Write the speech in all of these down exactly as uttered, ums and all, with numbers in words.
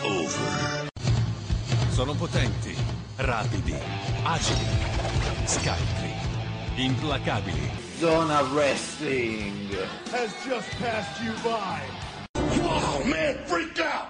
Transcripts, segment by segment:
over. Sono potenti, rapidi, agili, scaltri, implacabili. Zona Wrestling has just passed you by. Wow, man, freak out!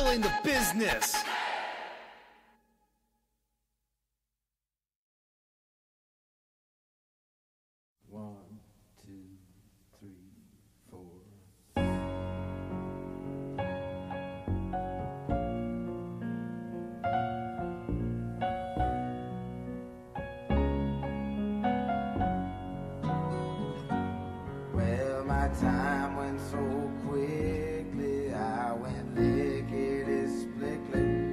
still in the business. One, two, three, four. Well, my time went so quickly, I went lickety-splickly.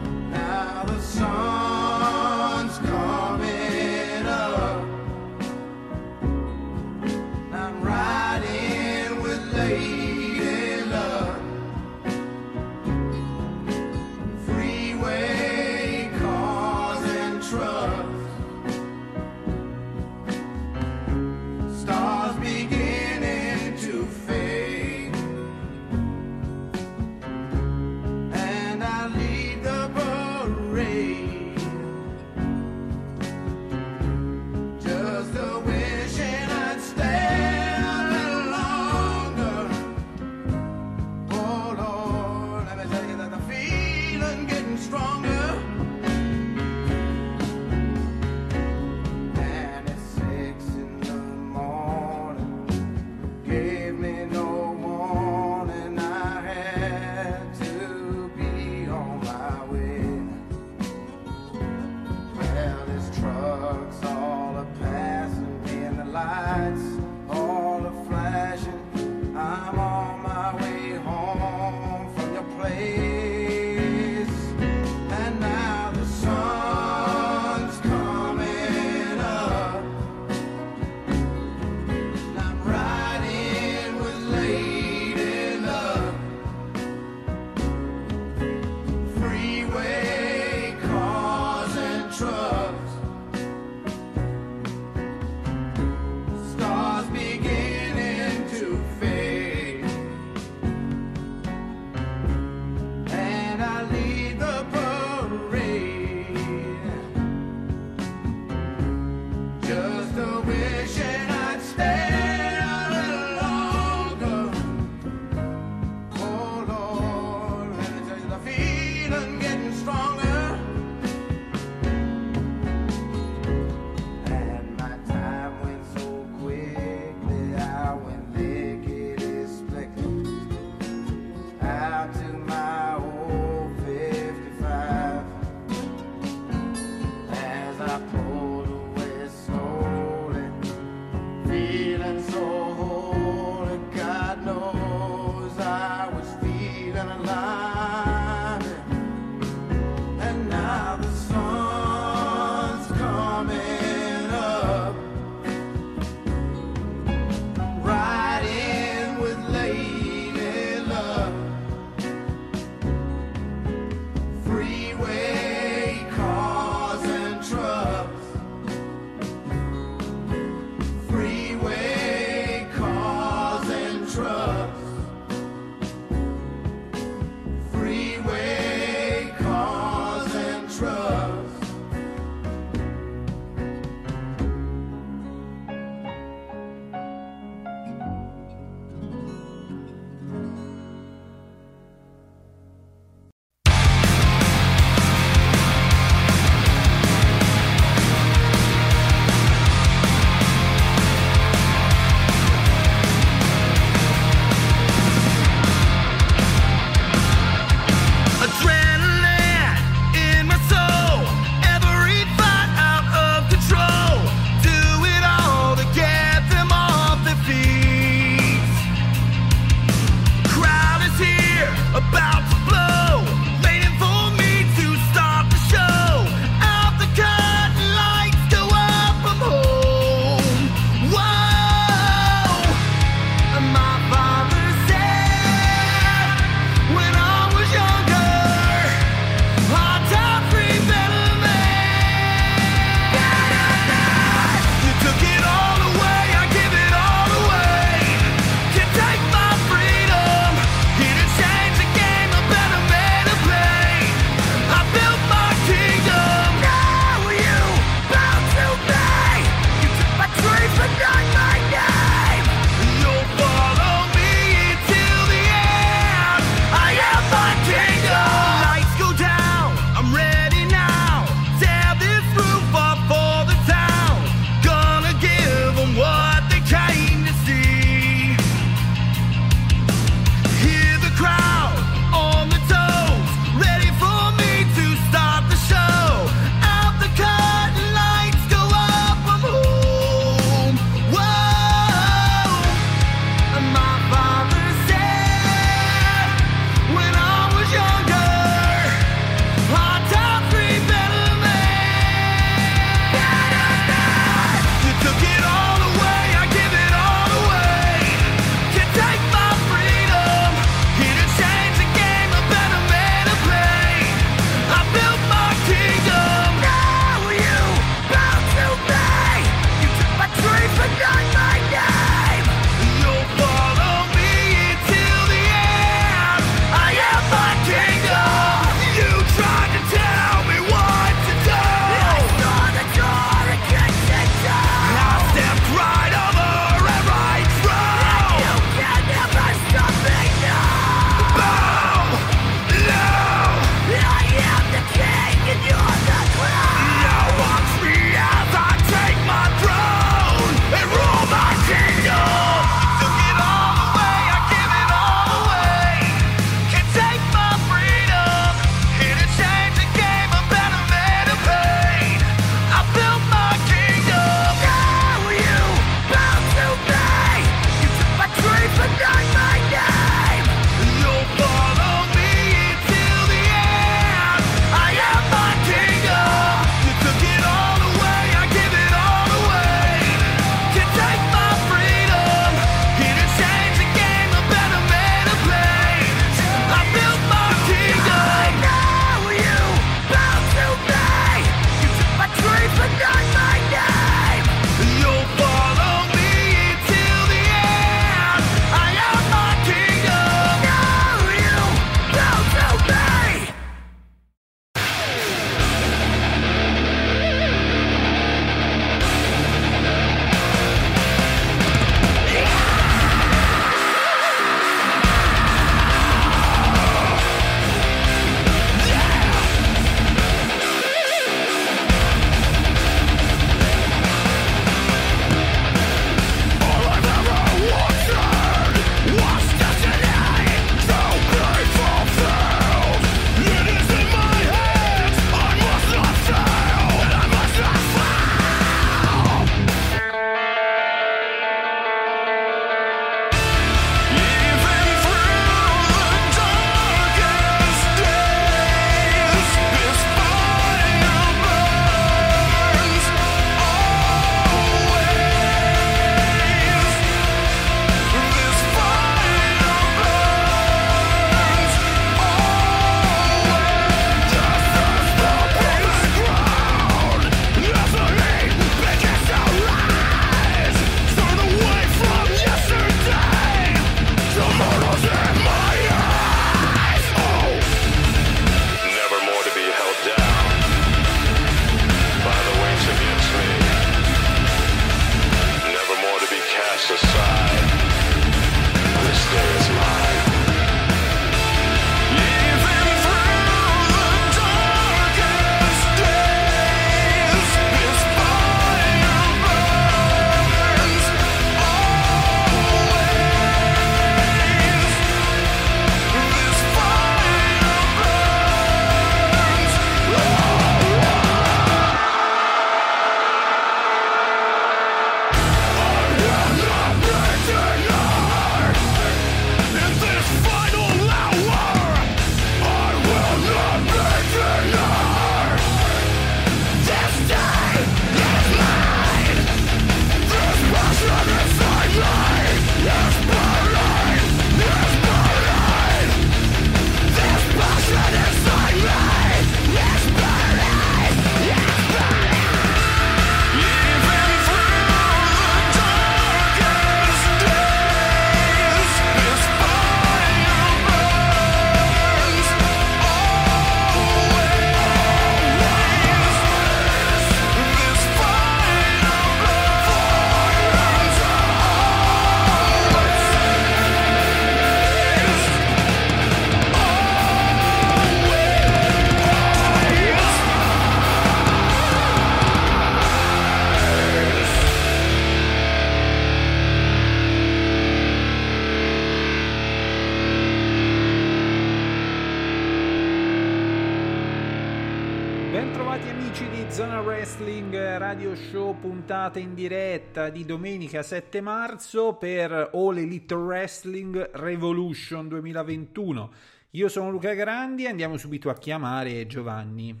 Ben trovati amici di Zona Wrestling Radio Show, puntata in diretta di domenica sette marzo per All Elite Wrestling Revolution duemilaventuno. Io sono Luca Grandi e andiamo subito a chiamare Giovanni.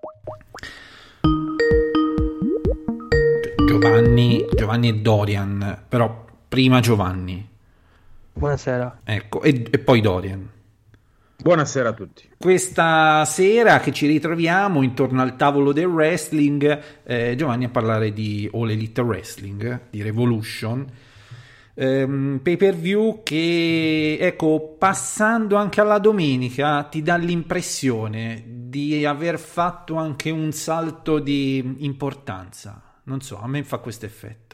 Giovanni, Giovanni e Dorian, però prima Giovanni. Buonasera. Ecco, e, e poi Dorian. Buonasera a tutti. Questa sera che ci ritroviamo intorno al tavolo del wrestling, eh, Giovanni a parlare di All Elite Wrestling, di Revolution, ehm, pay per view che, ecco, passando anche alla domenica ti dà l'impressione di aver fatto anche un salto di importanza. Non so, a me fa questo effetto.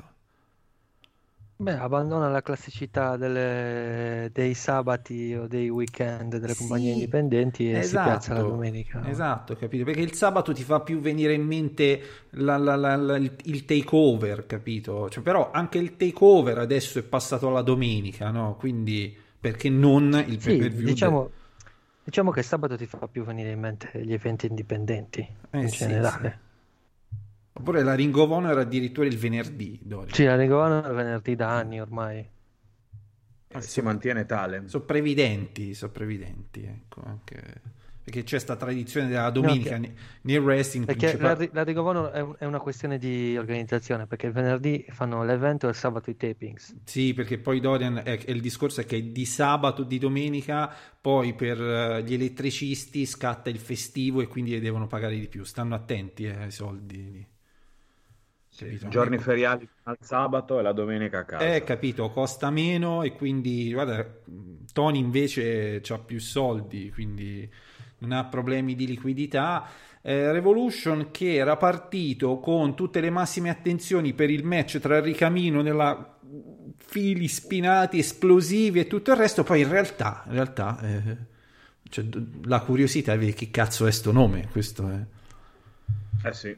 Beh, abbandona la classicità delle- dei sabati o dei weekend delle Sì, compagnie indipendenti e si piazza la esatto, domenica. esatto, capito? Perché il sabato ti fa più venire in mente la- la- la- la- il, il takeover, capito? Cioè, però anche il takeover adesso è passato alla domenica, no? Quindi perché non il pay Sì, per view? diciamo, diciamo che sabato ti fa più venire in mente gli eventi indipendenti Eh, in sì, generale. Oppure la Ring of Honor addirittura il venerdì, Dori. Sì, la Ring of Honor è venerdì da anni ormai. Eh, si mantiene tale. Sono previdenti, sono previdenti, ecco, anche perché c'è sta tradizione della domenica che- ne- nel wrestling Perché la, principale. Ri- la Ring of Honor è, un- è una questione di organizzazione, perché il venerdì fanno l'evento e il sabato i tapings. Sì, perché poi Dorian, è, è il discorso è che di sabato, di domenica, poi per eh, gli elettricisti scatta il festivo e quindi devono pagare di più. Stanno attenti eh, ai soldi. Capito? Giorni Ecco. feriali al sabato e la domenica a casa. Eh, capito, costa meno e quindi, guarda, Tony invece ha più soldi, quindi non ha problemi di liquidità. Eh, Revolution che era partito con tutte le massime attenzioni per il match tra Ricamino nella fili spinati, esplosivi e tutto il resto, poi in realtà, in realtà eh, cioè, la curiosità è vedere che cazzo è sto nome, questo è... Eh sì,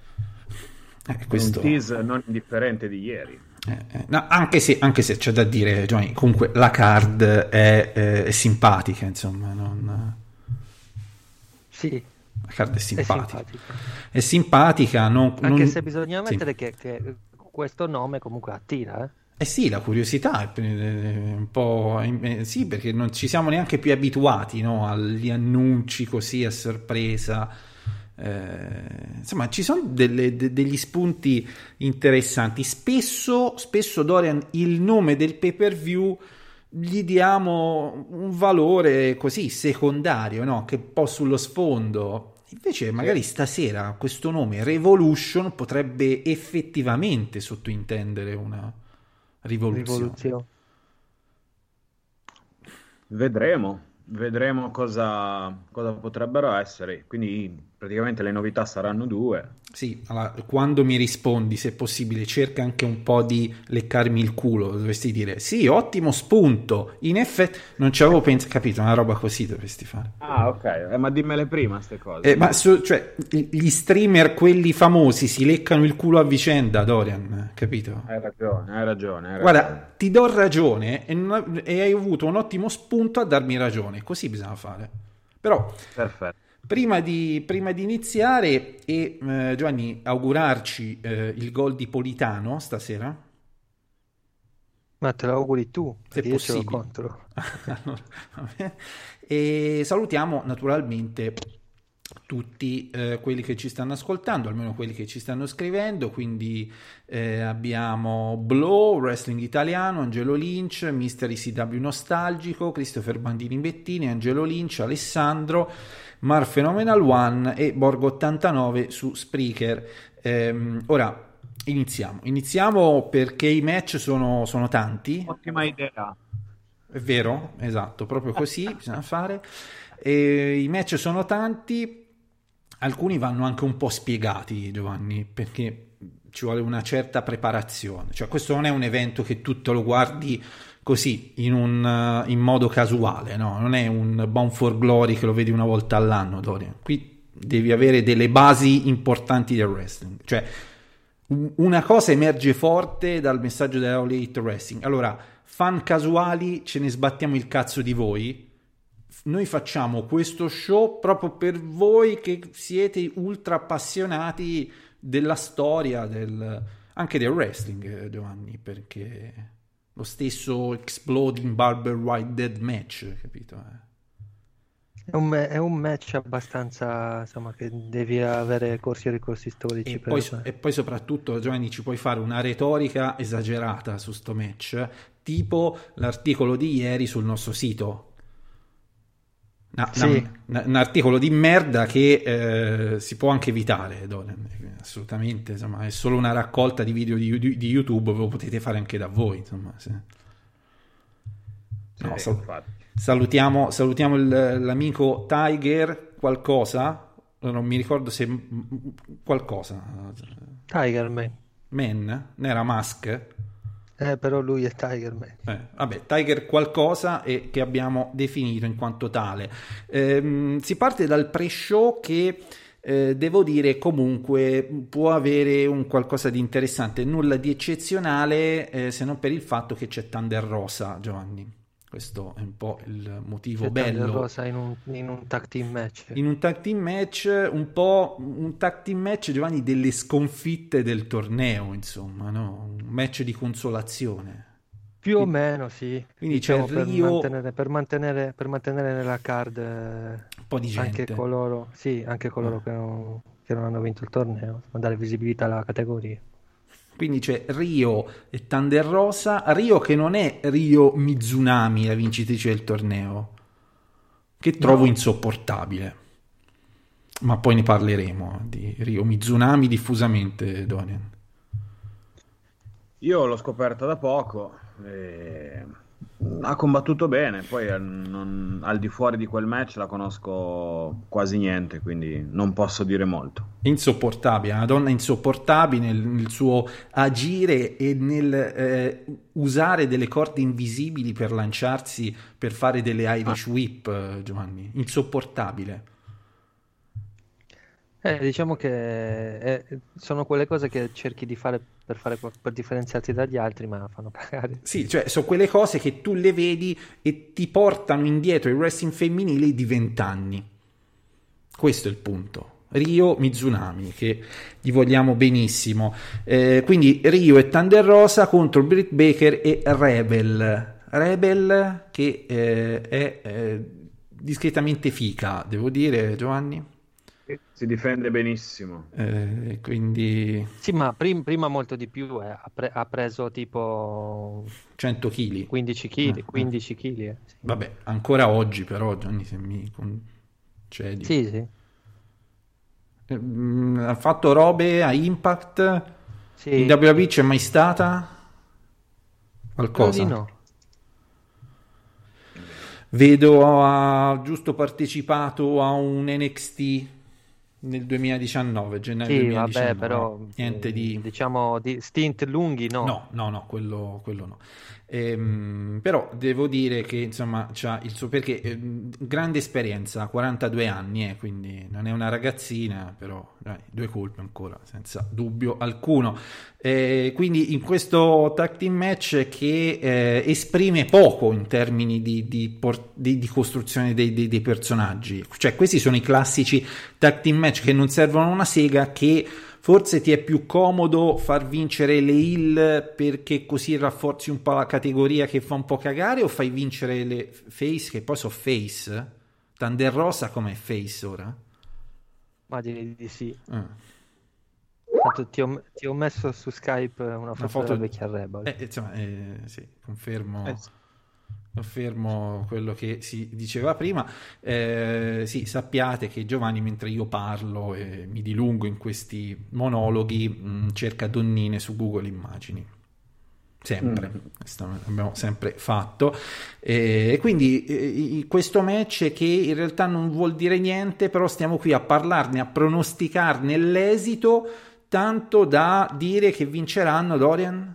Eh, questo... un tease non indifferente di ieri. Eh, eh, no, anche se, anche se c'è da dire, Giovanni, comunque la card è, eh, è simpatica, insomma, non... Sì, la card è è simpatica, simpatica. è simpatica, non, Anche non- se bisogna sì. ammettere che, che questo nome comunque attira, eh. Eh sì, la curiosità è è un po'... eh, sì, perché non ci siamo neanche più abituati, no, agli annunci così a sorpresa. Eh, insomma, ci sono delle- de- degli spunti interessanti. Spesso, spesso Dorian, il nome del pay per view gli diamo un valore così secondario, no? Che è un po' sullo sfondo. Invece, magari stasera questo nome Revolution potrebbe effettivamente sottointendere una rivoluzione. Rivoluzione. Vedremo, vedremo cosa, cosa potrebbero essere. Quindi praticamente le novità saranno due. Sì, allora, quando mi rispondi, se è possibile, cerca anche un po' di leccarmi il culo, dovresti dire sì, ottimo spunto, in effetti non ci avevo pensato, capito, una roba così dovresti fare. Ah, ok, eh, ma dimmele prima ste cose. Eh, ma su- cioè, gli streamer, quelli famosi, si leccano il culo a vicenda, Dorian, capito? Hai ragione, hai ragione. Hai Guarda, ragione. ti do ragione e, non- e hai avuto un ottimo spunto a darmi ragione, così bisogna fare. Però, Perfetto. prima di, prima di iniziare, e eh, Giovanni, augurarci eh, il gol di Politano stasera, Ma te lo auguri tu, se perché io ce l'ho possibile. contro. Allora, vabbè. E salutiamo naturalmente tutti eh, quelli che ci stanno ascoltando, almeno quelli che ci stanno scrivendo, quindi eh, abbiamo Blow, Wrestling Italiano, Angelo Lynch, Mister I C W Nostalgico, Christopher Bandini Bettini, Angelo Lynch, Alessandro, Mar Phenomenal One e Borgo ottantanove su Spreaker. Ehm, ora iniziamo, iniziamo perché i match sono, sono tanti. Ottima idea. È vero, esatto, proprio così bisogna fare. E i match sono tanti, alcuni vanno anche un po' spiegati, Giovanni, perché ci vuole una certa preparazione. Cioè, questo non è un evento che tu te lo guardi così, in, un, in modo casuale, no? Non è un Bound for Glory che lo vedi una volta all'anno, Dorian. Qui devi avere delle basi importanti del wrestling. Cioè, un- una cosa emerge forte dal messaggio della All Elite Wrestling. Allora, fan casuali, ce ne sbattiamo il cazzo di voi, noi facciamo questo show proprio per voi che siete ultra appassionati della storia del, anche del wrestling, Giovanni, perché lo stesso Exploding Barber White Dead Match, capito? Eh? È un, è un match abbastanza, insomma, che devi avere corsi e ricorsi storici E per poi, fare. e poi soprattutto, Giovanni, ci puoi fare una retorica esagerata su sto match, tipo l'articolo di ieri sul nostro sito. Una- Sì. una- una- un articolo di merda che eh, si può anche evitare, Dorian, assolutamente, insomma, è solo una raccolta di video di, di- di YouTube, ve lo potete fare anche da voi, insomma, se- no, Sì, sal- infatti. salutiamo, salutiamo il- l'amico Tiger, qualcosa, non mi ricordo se qualcosa, Tiger Man. Man, non era Musk? Eh, però lui è Tiger Man. Eh, vabbè, Tiger qualcosa e che abbiamo definito in quanto tale. Ehm, si parte dal pre-show che eh, devo dire comunque può avere un qualcosa di interessante, nulla di eccezionale eh, se non per il fatto che c'è Thunder Rosa, Giovanni. Questo è un po' il motivo C'è Thunder bello. Rosa in un, in un tag team match. In un tag team match, un po' un tag team match, Giovanni, delle sconfitte del torneo, insomma, no? Un match di consolazione. Più o meno, sì. Quindi Diciamo c'è per Rio- mantenere, per mantenere, per mantenere nella card eh, Un po' di gente. anche coloro, sì, anche coloro Ah. che, non, che non hanno vinto il torneo, dare visibilità alla categoria. Quindi c'è Rio e Thunder Rosa. Rio che non è Rio Mizunami, la vincitrice del torneo, che trovo insopportabile. Ma poi ne parleremo di Rio Mizunami diffusamente, Dorian. Io l'ho scoperta da poco, e ha combattuto bene, poi eh, non- al di fuori di quel match la conosco quasi niente, quindi non posso dire molto. Insopportabile, una donna insopportabile nel, nel suo agire e nel eh, usare delle corde invisibili per lanciarsi, per fare delle Irish whip, eh, Giovanni. Insopportabile. Eh, diciamo che eh, sono quelle cose che cerchi di fare per, fare per differenziarti dagli altri, ma fanno cagare. Sì, cioè sono quelle cose che tu le vedi e ti portano indietro il wrestling femminile di vent'anni. Questo è il punto. Rio Mizunami, che gli vogliamo benissimo. Eh, quindi Rio e Thunder Rosa contro Britt Baker e Rebel. Rebel che eh, è eh, discretamente fica, devo dire, Giovanni. Si difende benissimo. Eh, quindi Sì, ma prim- prima molto di più, eh, ha, pre- ha preso tipo cento chili. quindici chili, Ah, ah. quindici chili. Eh. Sì. Vabbè, ancora oggi però, Gianni, se mi concedi. Sì, sì. Eh, mm, ha fatto robe a Impact. Sì. In W W E c'è mai stata Credo qualcosa? di no. Vedo ha giusto partecipato a un N X T nel duemiladiciannove, gennaio Sì, duemiladiciannove. vabbè, però niente eh, di diciamo di stint lunghi, no. no, no, no, quello, quello no. Ehm, però devo dire che insomma c'ha il suo perché ehm, grande esperienza, quarantadue anni, eh, quindi non è una ragazzina, però dai, due colpi ancora, senza dubbio alcuno. Eh, quindi in questo tag team match che eh, esprime poco in termini di, di, por- di- di costruzione dei, dei- dei personaggi, cioè questi sono i classici tag team match che non servono a una sega, che forse ti è più comodo far vincere le heel perché così rafforzi un po' la categoria che fa un po' cagare, o fai vincere le face che poi sono face? Thunder Rosa com'è face ora? Ma direi di sì. Ah. Tanto ti ho, ti ho messo su Skype una foto, foto- della vecchia Rebel. Eh, insomma, eh, sì, confermo, Eh sì. confermo quello che si diceva prima. Eh, sì, sappiate che Giovanni, mentre io parlo e mi dilungo in questi monologhi, mh, cerca donnine su Google Immagini. Sempre, questo l'abbiamo sempre fatto. E quindi eh, questo match che in realtà non vuol dire niente, però stiamo qui a parlarne, a pronosticarne l'esito, tanto da dire che vinceranno, Dorian?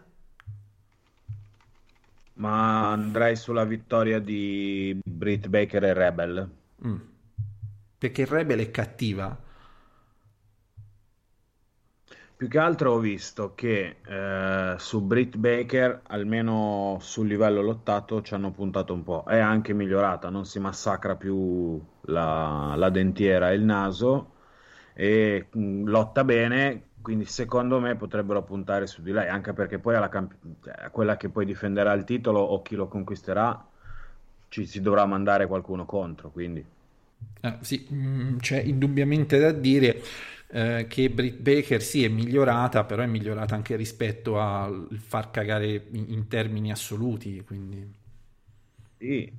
Ma andrei sulla vittoria di Britt Baker e Rebel. Mm. Perché il Rebel è cattiva. più che altro ho visto che eh, su Britt Baker, almeno sul livello lottato, ci hanno puntato un po'. È anche migliorata, non si massacra più la, la dentiera e il naso e mh, lotta bene, quindi secondo me potrebbero puntare su di lei, anche perché poi alla camp- cioè, quella che poi difenderà il titolo o chi lo conquisterà ci si dovrà mandare qualcuno contro, quindi... Eh, sì, mh, c'è indubbiamente da dire eh, che Britt Baker sì è migliorata, però è migliorata anche rispetto al far cagare in, in termini assoluti, quindi Sì.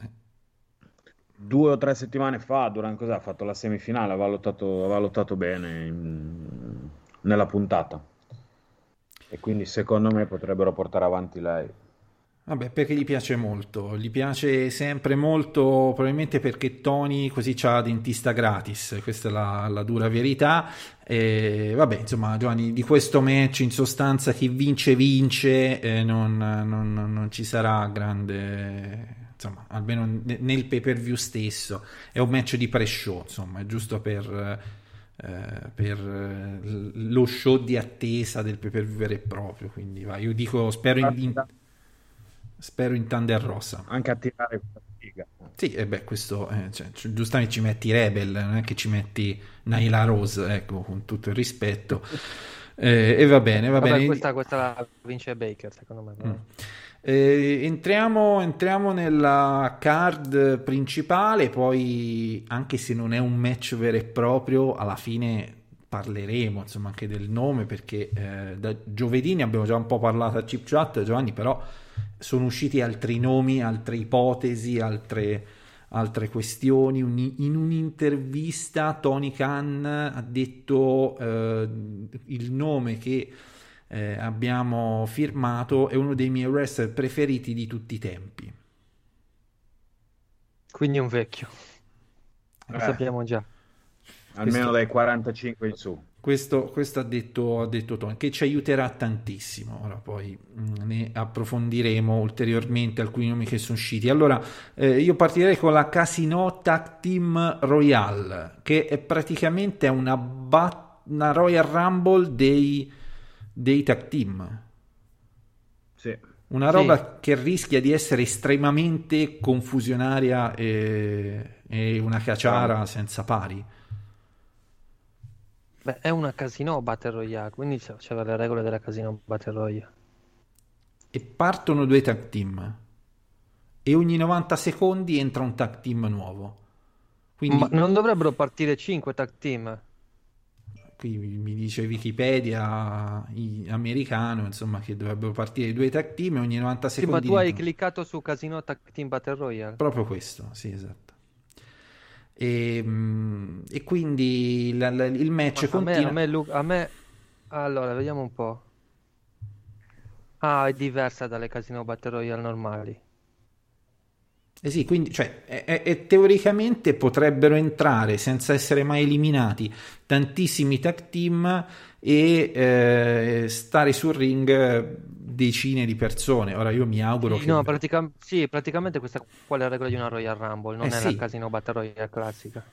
Due o tre settimane fa, durante cosa ha fatto la semifinale, aveva lottato, aveva lottato bene in- nella puntata. E quindi secondo me potrebbero portare avanti lei. vabbè, perché gli piace molto, gli piace sempre molto, probabilmente perché Tony così c'ha dentista gratis, questa è la, la dura verità. E vabbè, insomma, Giovanni, di questo match in sostanza chi vince vince, eh, non, non- non ci sarà grande, insomma, almeno ne- nel pay per view stesso, è un match di pre-show, insomma, è giusto per, eh, per eh, lo show di attesa del pay per view vero e proprio, quindi va, io dico, spero in, in- spero in Thunder Rosa. Anche a tirare questa figa. Sì, e beh, questo eh, cioè, ci- giustamente ci metti Rebel, non è che ci metti Nyla Rose, ecco, con tutto il rispetto. Eh, e va bene, va Vabbè, bene. questa, questa la vince Baker, secondo me. Mm. Eh, entriamo, entriamo nella card principale, poi anche se non è un match vero e proprio, alla fine parleremo insomma anche del nome, perché eh, da giovedì ne abbiamo già un po' parlato a Chip Chat, Giovanni, però sono usciti altri nomi, altre ipotesi, altre, altre questioni. Un- in un'intervista Tony Khan ha detto eh, il nome che eh, abbiamo firmato è uno dei miei wrestler preferiti di tutti i tempi. Quindi è un vecchio, lo Eh, sappiamo già. almeno Questo- dai quarantacinque in su. Questo, questo ha detto, ha detto Tony, che ci aiuterà tantissimo. Ora poi mh, ne approfondiremo ulteriormente alcuni nomi che sono usciti. Allora, eh, io partirei con la Casino Tag Team Royale, che è praticamente una, bat- una Royal Rumble dei, dei tag team. Sì. Una Sì. roba che rischia di essere estremamente confusionaria e, e una caciara senza pari. Beh, è una Casino Battle Royale, quindi c'è- c'è le regole della Casino Battle Royale. E partono due tag team e ogni novanta secondi entra un tag team nuovo, quindi Ma non dovrebbero partire cinque tag team? qui mi dice Wikipedia i- americano insomma che dovrebbero partire due tag team e ogni novanta Sì, ma secondi tu hai entrano. cliccato su Casino Tag Team Battle Royale. Proprio questo, sì, esatto. E, mm, e quindi la- la- il match Ma a me, continua. a me, Lu- a me- allora, vediamo un po'. Ah, è diversa dalle Casino Battle Royale normali. Eh sì, quindi cioè, e- e- e teoricamente potrebbero entrare senza essere mai eliminati tantissimi tag team e eh, stare sul ring decine di persone. Ora io mi auguro Sì, che... no, pratica- sì, praticamente questa qua è la regola di una Royal Rumble, non Eh è sì. la Casino Battle Royale classica.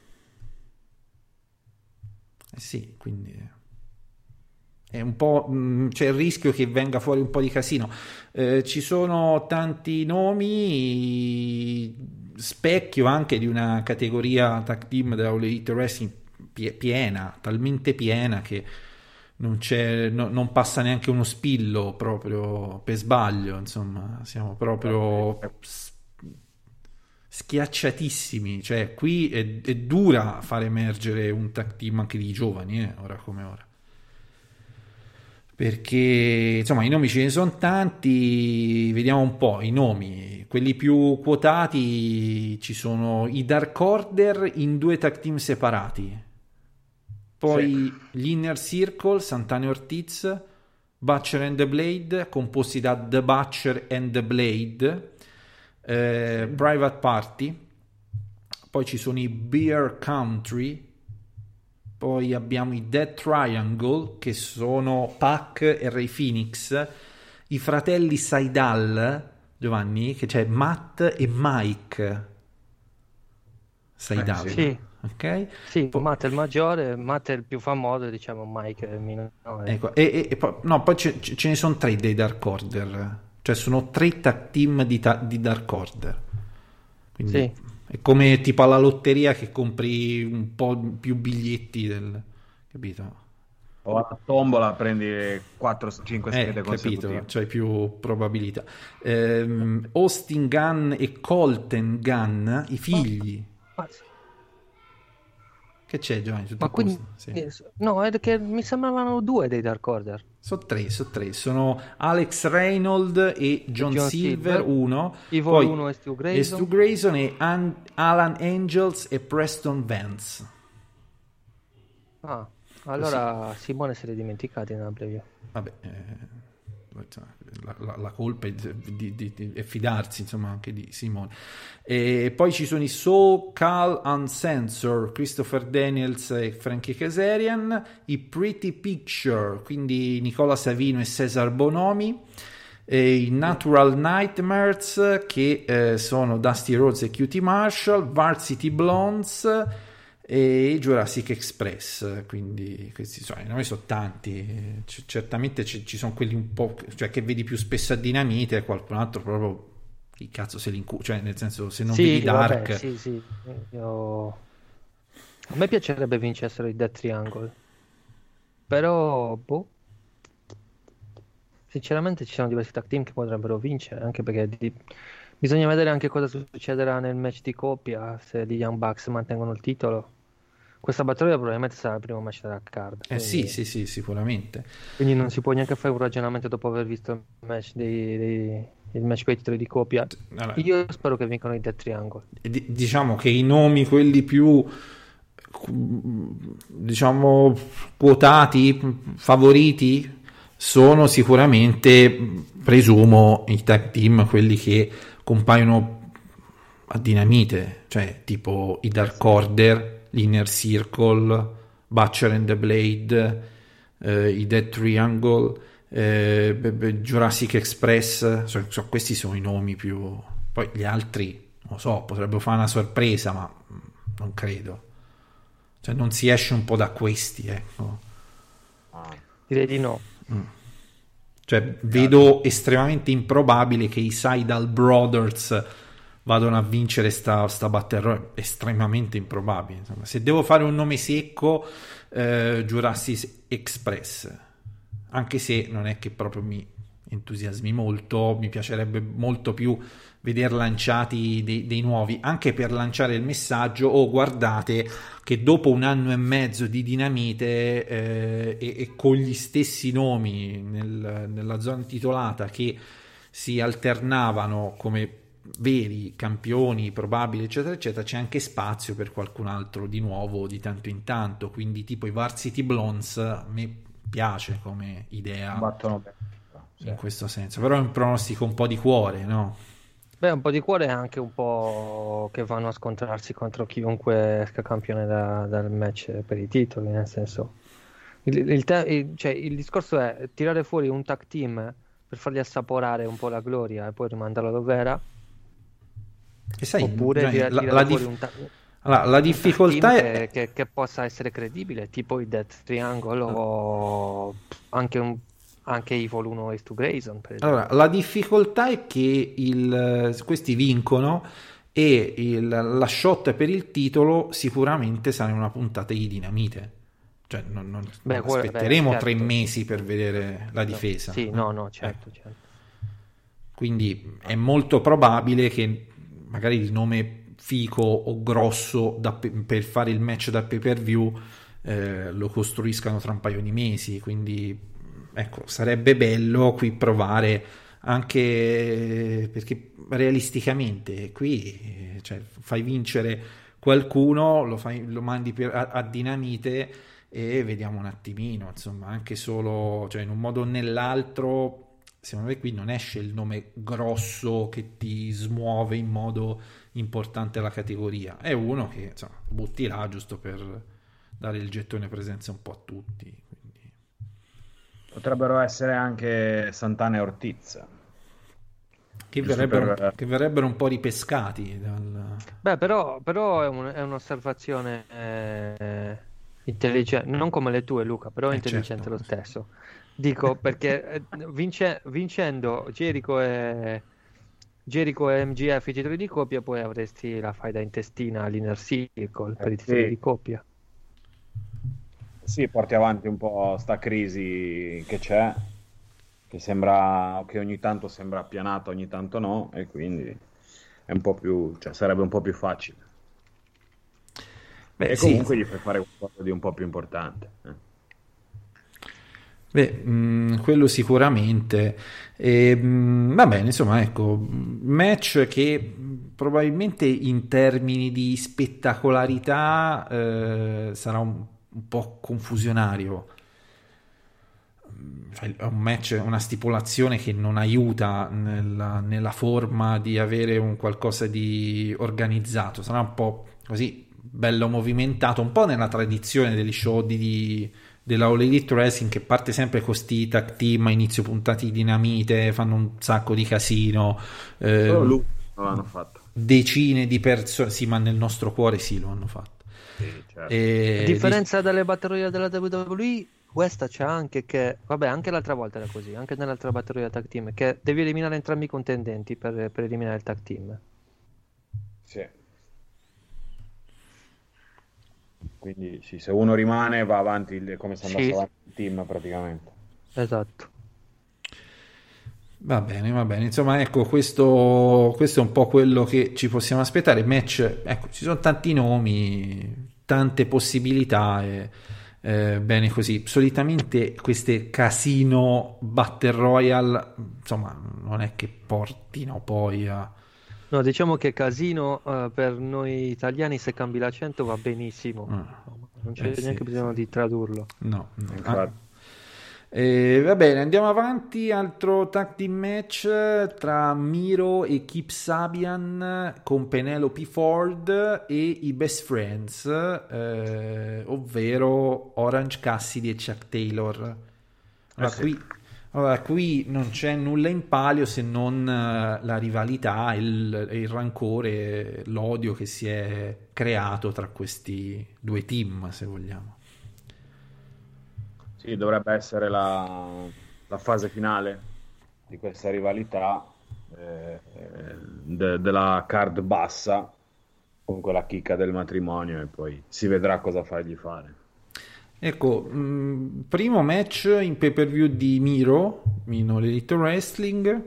Eh sì, quindi è un po', mh, c'è il rischio che venga fuori un po' di casino. Eh, ci sono tanti nomi, specchio anche di una categoria tag team della All Elite Wrestling pie- piena, talmente piena che non c'è, no- non passa neanche uno spillo proprio per sbaglio, insomma, siamo proprio s- schiacciatissimi, cioè qui è, è dura far emergere un tag team anche di giovani, eh, ora come ora. Perché insomma i nomi ce ne sono tanti, vediamo un po' i nomi, quelli più quotati ci sono i Dark Order in due tag team separati, poi gli Inner Circle, Santana e Ortiz, Butcher and the Blade composti da The Butcher and the Blade, eh, Private Party, poi ci sono i Beer Country, poi abbiamo i Dead Triangle che sono Pac e Ray Phoenix, i fratelli Saidal, Giovanni, che c'è Matt e Mike Saidal. Eh, Sì, ok? Sì, Po- Matt è il maggiore, Matt è il più famoso, diciamo Mike è il minore. ecco, e, e- e poi, no, poi ce, ce ne sono tre dei Dark Order, cioè sono tre tag team di, ta- di Dark Order, quindi Sì. è come tipo alla lotteria che compri un po' più biglietti del, capito? O alla tombola prendi quattro cinque Eh, schede consecutive. capito, c'hai più probabilità. Ehm, Austin Gunn e Colton Gunn, i figli. Ma, sì. Che c'è, Giovanni? Tutto Ma a quindi, posto? Sì. eh, no, è che mi sembravano due dei Dark Order. Sono tre, sono tre. Sono Alex Reynolds e John, John Silver, Silver, uno. Evil Poi uno e Stu Grayson. e Stu Grayson e An- Alan Angels e Preston Vance. Ah, allora Simone se li è dimenticati nella preview. Vabbè, eh, la, la- la colpa è di, di- di- è fidarsi, insomma, anche di Simone. E poi ci sono i So Cal Uncensored, Christopher Daniels e Frankie Kazarian, i Pretty Picture, quindi Nicola Savino e Cesar Bonomi, e i Natural Nightmares, che eh, sono Dusty Rhodes e Cutie Marshall, Varsity Blondes e Jurassic Express. Quindi questi sono, i nomi sono tanti. C- certamente ci, ci sono quelli un po', cioè, che vedi più spesso a Dinamite, e qualcun altro proprio chi cazzo se li incu- cioè nel senso, se non Sì, vedi Dark. vabbè, sì, sì. Io... A me piacerebbe vincessero i Death Triangle. Però, boh. Sinceramente ci sono diversi tag team che potrebbero vincere, anche perché di- bisogna vedere anche cosa succederà nel match di coppia, se gli Young Bucks mantengono il titolo. Questa battaglia probabilmente sarà il primo match della card, Eh sì, quindi, sì, sì, sicuramente. quindi non si può neanche fare un ragionamento dopo aver visto il match dei, dei- il match per i titoli di coppia. Allora, Io spero che vincano i Death Triangle. di- diciamo che i nomi, quelli più, diciamo, quotati, favoriti, sono sicuramente, presumo, i tag team, quelli che compaiono a Dinamite, cioè tipo i Dark Order, l'Inner Circle, Butcher and the Blade, eh, i Dead Triangle, eh, beh, beh, Jurassic Express, so- so- questi sono i nomi più. Poi gli altri, non lo so, potrebbero fare una sorpresa, ma mm, non credo. Cioè non si esce un po' da questi, ecco. Direi di no. Cioè vedo estremamente improbabile che i Seidel Brothers vadano a vincere sta, sta Battle Royale, estremamente improbabile. Insomma, se devo fare un nome secco, eh, Jurassic Express, anche se non è che proprio mi entusiasmi molto, mi piacerebbe molto più veder lanciati dei, dei nuovi, anche per lanciare il messaggio: oh, guardate che dopo un anno e mezzo di Dinamite, eh, e, e con gli stessi nomi nel- nella zona titolata che si alternavano come veri campioni probabili, eccetera eccetera, c'è anche spazio per qualcun altro di nuovo di tanto in tanto, quindi tipo i Varsity Blondes a me piace come idea Battono bene. Sì. in questo senso, però è un pronostico un po' di cuore, no? Beh, un po' di cuore è anche un po' che vanno a scontrarsi contro chiunque esca campione da- dal match per i titoli, nel senso. Il, il te- il- cioè, il discorso è tirare fuori un tag team per fargli assaporare un po' la gloria e poi rimandarlo dove era, E sai, oppure cioè, tira- la, tirare la fuori dif- un, ta- allora, la un difficoltà tag team è che, che- che possa essere credibile, tipo i Death Triangle o anche, un, anche Evil uno e Stu Grayson, per esempio. allora, la difficoltà è che il, questi vincono e il- la shot per il titolo sicuramente sarà in una puntata di Dinamite, cioè non, non- Beh, non quello- beh, aspetteremo certo. tre mesi per vedere la No, difesa. sì, eh. no, no, certo, Eh. certo. Quindi è molto probabile che magari il nome fico o grosso da- per fare il match da pay per view eh, lo costruiscano tra un paio di mesi, quindi ecco, sarebbe bello qui provare, anche perché realisticamente qui eh, cioè, fai vincere qualcuno, lo, fai, lo mandi per- a, a Dinamite e vediamo un attimino, insomma, anche solo, cioè, in un modo o nell'altro. Secondo me qui non esce il nome grosso che ti smuove in modo importante la categoria, è uno che insomma, butti là giusto per dare il gettone presenza un po' a tutti, quindi... Potrebbero essere anche Santana e Ortiz. che che verrebbero, super... che verrebbero un po' ripescati dal... Beh, però, però è, un, è un'osservazione eh, intelligente, non come le tue, Luca, però Eh, intelligente certo. lo stesso. Dico perché eh, vince- vincendo Jericho e Jericho e M J F i titoli di coppia, poi avresti la faida intestina all'Inner Circle per Eh, i titoli sì. di coppia. Sì, porti avanti un po' sta crisi che c'è, che sembra che ogni tanto sembra appianata, ogni tanto no, e quindi è un po' più, cioè sarebbe un po' più facile. Beh, E sì. comunque gli fai fare qualcosa di un po' più importante. eh. Beh, mh, quello sicuramente. E, mh, va bene, insomma, ecco, match che mh, probabilmente in termini di spettacolarità eh, sarà un, un po' confusionario. Cioè, è un match, una stipulazione che non aiuta nella, nella forma di avere un qualcosa di organizzato, sarà un po' così bello movimentato, un po' nella tradizione degli show di, di della All Elite Wrestling, che parte sempre con sti tag team a inizio puntati di dinamite, fanno un sacco di casino, eh, Solo lui non l'hanno fatto. decine di persone, sì, ma nel nostro cuore sì lo hanno fatto. Sì, certo. E A differenza dalle batterie della W W E, questa c'è anche che, vabbè, anche l'altra volta era così, anche nell'altra batteria tag team, che devi eliminare entrambi i contendenti per, per eliminare il tag team. Sì. Quindi sì, se uno rimane va avanti il- come se andasse Sì. avanti il team praticamente. Esatto. Va bene, va bene. Insomma, ecco, questo, questo è un po' quello che ci possiamo aspettare. Match, ecco, ci sono tanti nomi, tante possibilità. E, eh, bene così. Solitamente queste casino battle royale, insomma, non è che portino poi a. No, diciamo che casino eh, per noi italiani, se cambi l'accento va benissimo. Ah. Non c'è Eh, sì, neanche bisogno sì. di tradurlo. No, no. Infatti. Ah. Eh, va bene, andiamo avanti. Altro tag team match tra Miro e Kip Sabian con Penelope Ford e i Best Friends, eh, ovvero Orange Cassidy e Chuck Taylor. Allora, Eh sì. qui, allora, qui non c'è nulla in palio se non eh, la rivalità, il, il rancore, l'odio che si è creato tra questi due team, se vogliamo. Sì, dovrebbe essere la, la fase finale di questa rivalità eh, de- della card bassa con quella chicca del matrimonio, e poi si vedrà cosa fargli fare. Ecco, mh, primo match in pay per view di Miro, Mino Elite Wrestling,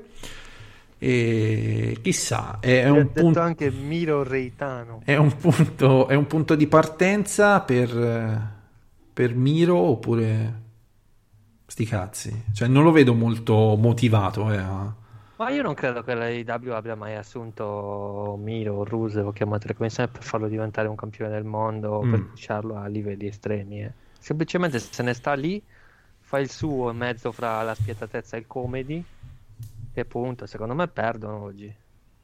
e chissà, è, è È un detto punto, anche Miro Reitano. è un punto, è un punto di partenza per, eh, per Miro, oppure sti cazzi, cioè non lo vedo molto motivato, eh, a- Ma io non credo che la A E W abbia mai assunto Miro o Rusev o chiamatelo come sempre per farlo diventare un campione del mondo o per Mm. pusharlo a livelli estremi. eh. Semplicemente se ne sta lì, fa il suo in mezzo fra la spietatezza e il comedy e punto. Secondo me perdono oggi.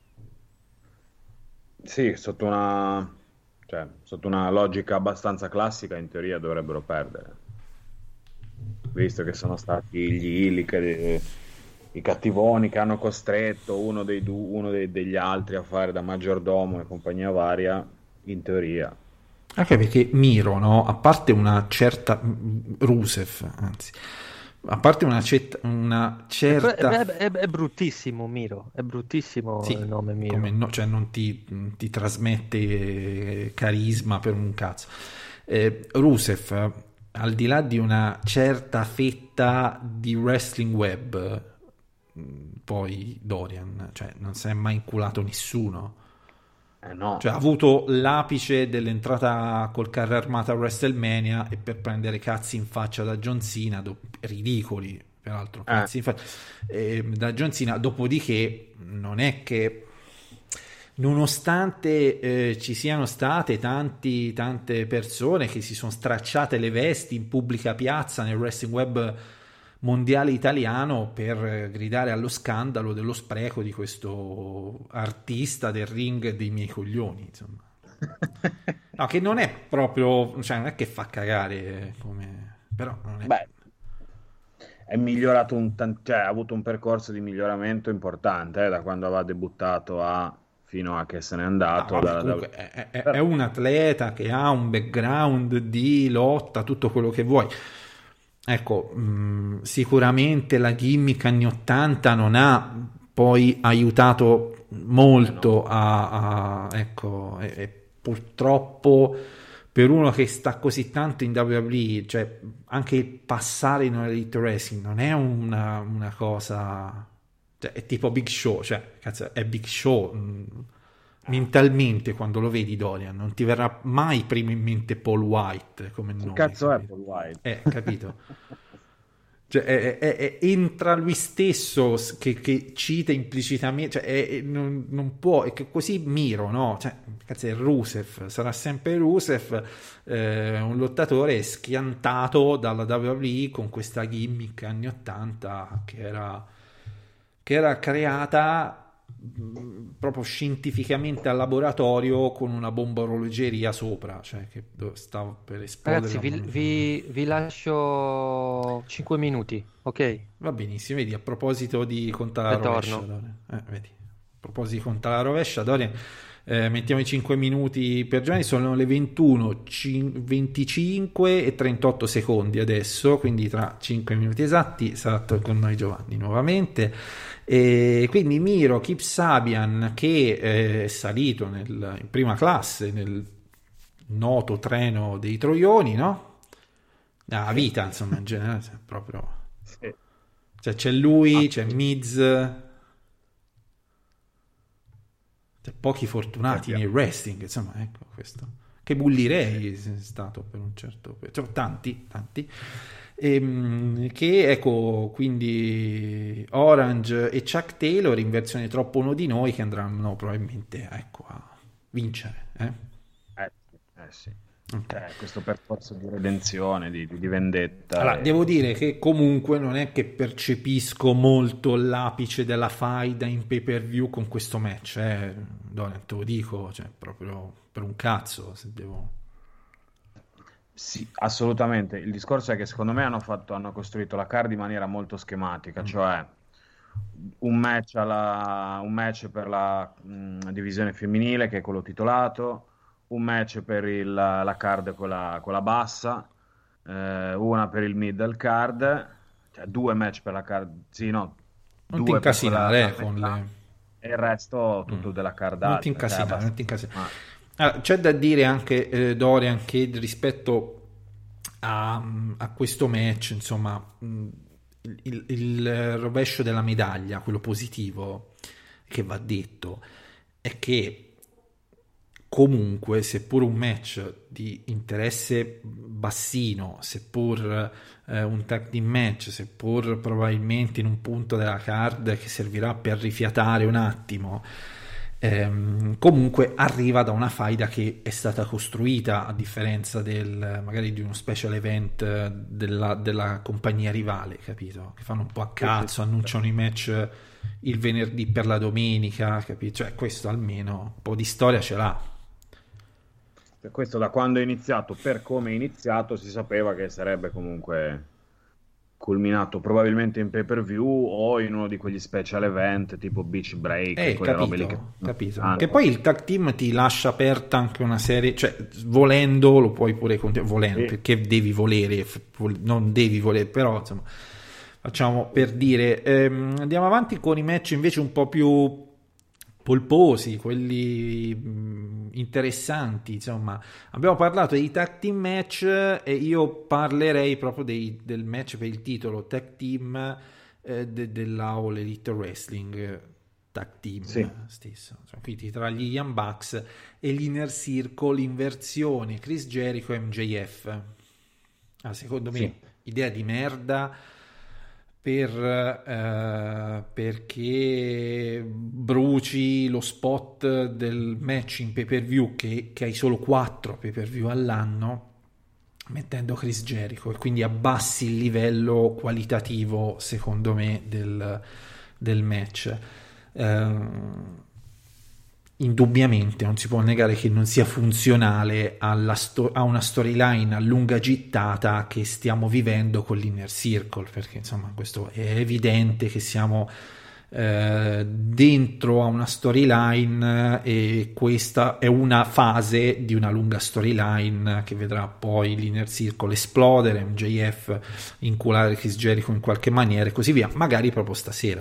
Sì, sotto una, cioè, sotto una logica abbastanza classica, in teoria dovrebbero perdere, visto che sono stati gli illi che i cattivoni che hanno costretto uno, dei du- uno dei- degli altri a fare da maggiordomo e compagnia varia, in teoria. anche perché Miro, no? A parte una certa Rusev, anzi, a parte una, cet- una È, certa è- è- è bruttissimo Miro, è bruttissimo Sì, il nome Miro. come no- cioè non ti, ti trasmette eh, carisma per un cazzo. Eh, Rusev, eh, al di là di una certa fetta di wrestling web, mh, poi Dorian, cioè non si è mai inculato nessuno. Eh no, Cioè ha avuto l'apice dell'entrata col carro armato a WrestleMania e per prendere cazzi in faccia da John Cena, do- ridicoli peraltro, cazzi in faccia, eh, da John Cena, dopodiché non è che, nonostante eh, ci siano state tanti, tante persone che si sono stracciate le vesti in pubblica piazza nel wrestling web mondiale italiano per eh, gridare allo scandalo dello spreco di questo artista del ring dei miei coglioni, insomma. No, che non è proprio, cioè non è che fa cagare come, però non è. beh, è migliorato un tan- cioè, ha avuto un percorso di miglioramento importante eh, da quando aveva debuttato a fino a che se n'è andato. Ah, vabbè, da- comunque da- è, è- è un atleta che ha un background di lotta, tutto quello che vuoi. Ecco, mh, sicuramente la gimmick anni ottanta non ha poi aiutato molto a, a- ecco, e, e purtroppo per uno che sta così tanto in W W E, cioè anche il passare in un Elite Wrestling non è una, una cosa, cioè, è tipo Big Show, cioè cazzo, è Big Show. mh, Mentalmente quando lo vedi Dorian non ti verrà mai prima in mente Paul White come Che nome, cazzo è capito? Paul White? Eh, capito? Cioè, è- è- è- entra lui stesso s- che, che cita implicitamente, cioè, è- è- non, non può, è che così Miro, no? Cioè, cazzo, è Rusev, sarà sempre Rusev, eh, un lottatore schiantato dalla W W E con questa gimmick anni ottanta che era, che era creata mh, proprio scientificamente al laboratorio con una bomba orologeria sopra, cioè che do- stava per esplodere. Ragazzi, vi, la bomba. vi- vi lascio cinque minuti, ok? Va benissimo, vedi, a proposito di contare la Ritorno. rovescia, Dorian. Eh, vedi, a proposito di contare la rovescia, Dorian, eh, mettiamo i cinque minuti per Giovanni, sono le ventuno, cin- venticinque e trentotto secondi adesso, quindi tra cinque minuti esatti sarà con noi Giovanni nuovamente. E quindi Miro Kipsabian che eh, è salito nel- in prima classe nel noto treno dei Troioni, no? La vita, insomma, in generale, cioè, proprio... Sì. Cioè c'è lui, c'è Miz, c'è pochi fortunati nel wrestling, insomma, ecco questo. Che Bully Ray è stato per un certo... Cioè, tanti, tanti. Ehm, che ecco, quindi Orange e Chuck Taylor in versione troppo uno di noi che andranno probabilmente ecco, a vincere. Eh? Eh, sì, eh sì. Ok. Cioè, questo percorso di redenzione, di, di vendetta. Allora, e- devo dire che comunque non è che percepisco molto l'apice della faida in pay per view con questo match, eh. Dorian, te lo dico, cioè, proprio per un cazzo, se devo... Sì, assolutamente. Il discorso è che secondo me hanno fatto, hanno costruito la card in maniera molto schematica, cioè un match, alla, un match per la mh, divisione femminile, che è quello titolato, un match per il- la card quella, quella bassa, eh, una per il middle card, cioè due match per la card, sì, no, Non ti due per quella incasinare eh, card con metà, le... e il resto tutto della card Non alta, ti cioè, incasinare, non abbastanza- ti incasinare. ma- Allora, c'è da dire anche, eh, Dorian, che rispetto a, a questo match, insomma, mh, il, il rovescio della medaglia, quello positivo che va detto, è che comunque, seppur un match di interesse bassino, seppur eh, un tag team match, seppur probabilmente in un punto della card che servirà per rifiatare un attimo, ehm, comunque arriva da una faida che è stata costruita, a differenza del magari di uno special event eh, della, della compagnia rivale, capito? Che fanno un po' a cazzo, annunciano i match il venerdì per la domenica, capito? Cioè questo almeno un po' di storia ce l'ha. Questo da quando è iniziato, per come è iniziato, si sapeva che sarebbe comunque culminato probabilmente in pay per view o in uno di quegli special event tipo Beach Break, Eh, quelle robe capito, lì che... capito. Ah, Che no. poi il tag team ti lascia aperta anche una serie, cioè volendo lo puoi pure continuare, volendo, Sì. perché devi volere, f- vol- non devi volere, però insomma, facciamo per dire. Ehm, andiamo avanti con i match invece un po' più polposi, quelli mh, interessanti, insomma. Abbiamo parlato dei tag team match e io parlerei proprio dei- del match per il titolo tag team eh, de- della All Elite Wrestling eh, tag team Sì. eh, stesso. Cioè, quindi tra gli Young Bucks e l'Inner Circle in versione Chris Jericho e M J F. Ah, secondo me Sì. idea di merda per, eh, perché bruci lo spot del match in pay per view che, che hai solo quattro pay per view all'anno mettendo Chris Jericho e quindi abbassi il livello qualitativo secondo me del, del match. Ehm, indubbiamente non si può negare che non sia funzionale alla sto- a una storyline a lunga gittata che stiamo vivendo con l'Inner Circle, perché insomma questo è evidente che siamo eh, dentro a una storyline e questa è una fase di una lunga storyline che vedrà poi l'Inner Circle esplodere, M J F inculare Chris Jericho in qualche maniera e così via, magari proprio stasera.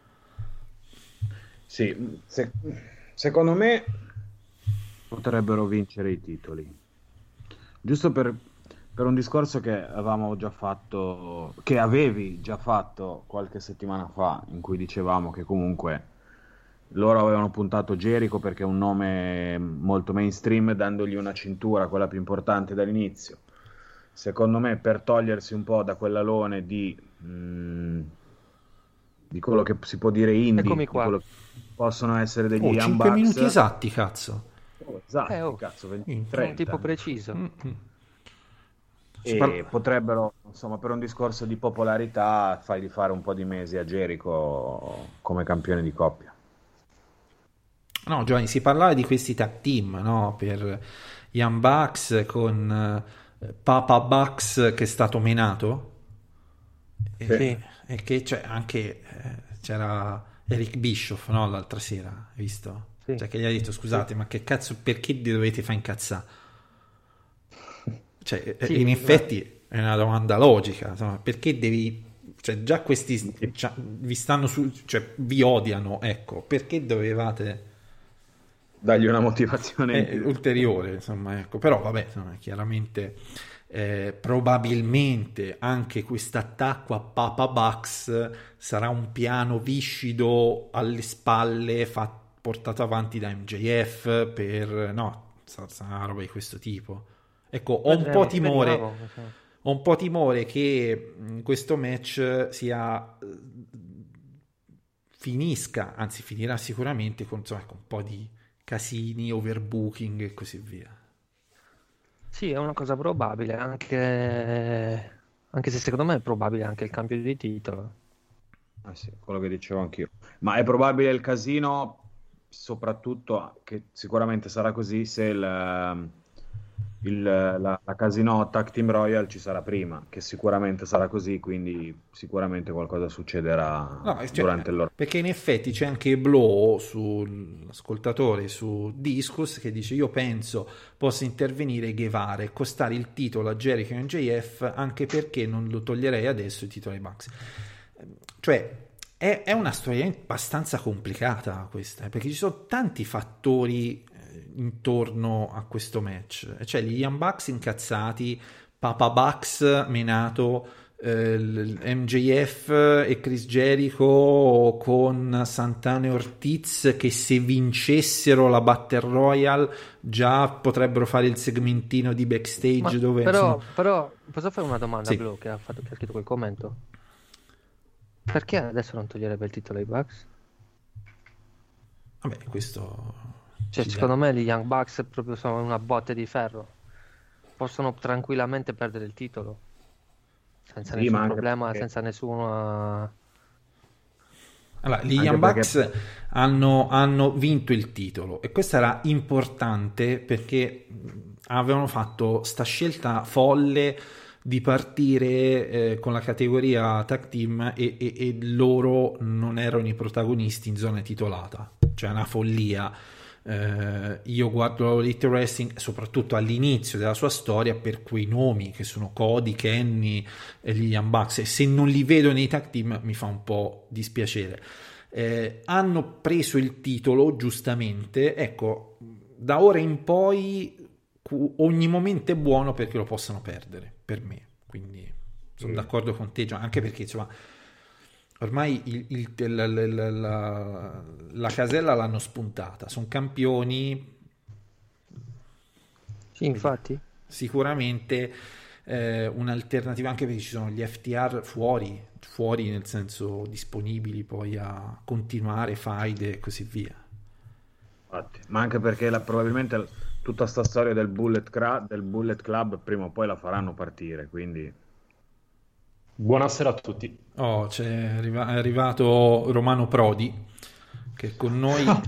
Sì, se... secondo me potrebbero vincere i titoli, giusto per, per un discorso che avevamo già fatto, che avevi già fatto qualche settimana fa, in cui dicevamo che comunque loro avevano puntato Jericho perché è un nome molto mainstream, dandogli una cintura, quella più importante dall'inizio. Secondo me, per togliersi un po' da quell'alone di, mh, di quello che si può dire indie, Eccomi di qua. quello che possono essere degli Oh, Young cinque Bucks. minuti esatti, cazzo. Oh, esatto, Eh, oh. cazzo, venti, Mm, Un trenta. tipo preciso. Mm-mm. E Parla- potrebbero, insomma, per un discorso di popolarità, fargli fare un po' di mesi a Jericho come campione di coppia. No, Giovanni, si parlava di questi tag team, no? Per Young Bucks con eh, Papa Bucks che è stato menato e, Sì. e che c'è anche eh, c'era Eric Bischoff, no? L'altra sera, hai visto? Sì. Cioè che gli ha detto scusate, ma che cazzo, perché vi dovete fare incazzare? Cioè, eh, Sì, in effetti è una domanda logica, insomma, perché devi, cioè già questi già vi stanno su, cioè vi odiano, ecco, perché dovevate Dagli una motivazione in eh, più. ulteriore, insomma, ecco. Però vabbè, insomma, chiaramente eh, probabilmente anche questo attacco a Papa Bucks sarà un piano viscido alle spalle fa- portato avanti da M J F per no, sarà sarà una roba di questo tipo. Ecco, ho un po' Vedremo, timore speriamo. ho un po' timore che mh, questo match sia eh, finisca, anzi finirà sicuramente con, insomma, con un po' di casini, overbooking e così via. Sì, è una cosa probabile, anche... anche se secondo me è probabile anche il cambio di titolo. Ah, sì, quello che dicevo anch'io. Ma è probabile il casino, soprattutto che sicuramente sarà così se il, il- la, la Casino Tag Team Royal ci sarà prima, che sicuramente sarà così, quindi sicuramente qualcosa succederà No, cioè, durante il loro... perché in effetti c'è anche Blow sull'ascoltatore su Discus che dice io penso possa intervenire Guevara e costare il titolo a Jericho e M J F anche perché non lo toglierei adesso il titolo ai Bucks. Cioè è, è una storia abbastanza complicata questa, eh, perché ci sono tanti fattori eh, intorno a questo match, cioè gli Young Bucks incazzati, Papa Bucks menato, eh, il M J F e Chris Jericho con Santana e Ortiz che se vincessero la Battle Royale già potrebbero fare il segmentino di backstage Ma dove però, insomma, però posso fare una domanda Sì. a Blu che ha, fatto, che ha scritto quel commento? Perché adesso non toglierebbe il titolo ai Bucks? vabbè, questo Cioè, ci secondo dà- me gli Young Bucks proprio sono una botte di ferro. Possono tranquillamente perdere il titolo. Senza Sì, nessun ma anche problema, perché- senza nessuna... Allora, gli Anche Young perché- Bucks hanno, hanno vinto il titolo e questo era importante perché mh, avevano fatto sta scelta folle di partire eh, con la categoria tag team e, e- e loro non erano i protagonisti in zona titolata, cioè una follia. Eh, io guardo l'Elite Wrestling soprattutto all'inizio della sua storia per quei nomi che sono Cody, Kenny e gli Young Bucks e se non li vedo nei tag team mi fa un po' dispiacere. Eh, hanno preso il titolo giustamente, ecco, da ora in poi cu- ogni momento è buono perché lo possano perdere per me, quindi sono Mm. d'accordo con te Gian, anche perché insomma ormai il- il- la, la- la- la- la casella l'hanno spuntata, sono campioni, Sì, infatti. sicuramente eh, un'alternativa anche perché ci sono gli F T R fuori, fuori nel senso disponibili poi a continuare faide e così via. Infatti. Ma anche perché la- probabilmente tutta sta storia del Bullet, Cra- del Bullet Club prima o poi la faranno partire, quindi... Buonasera a tutti. Oh, c'è arriva- è arrivato Romano Prodi che con noi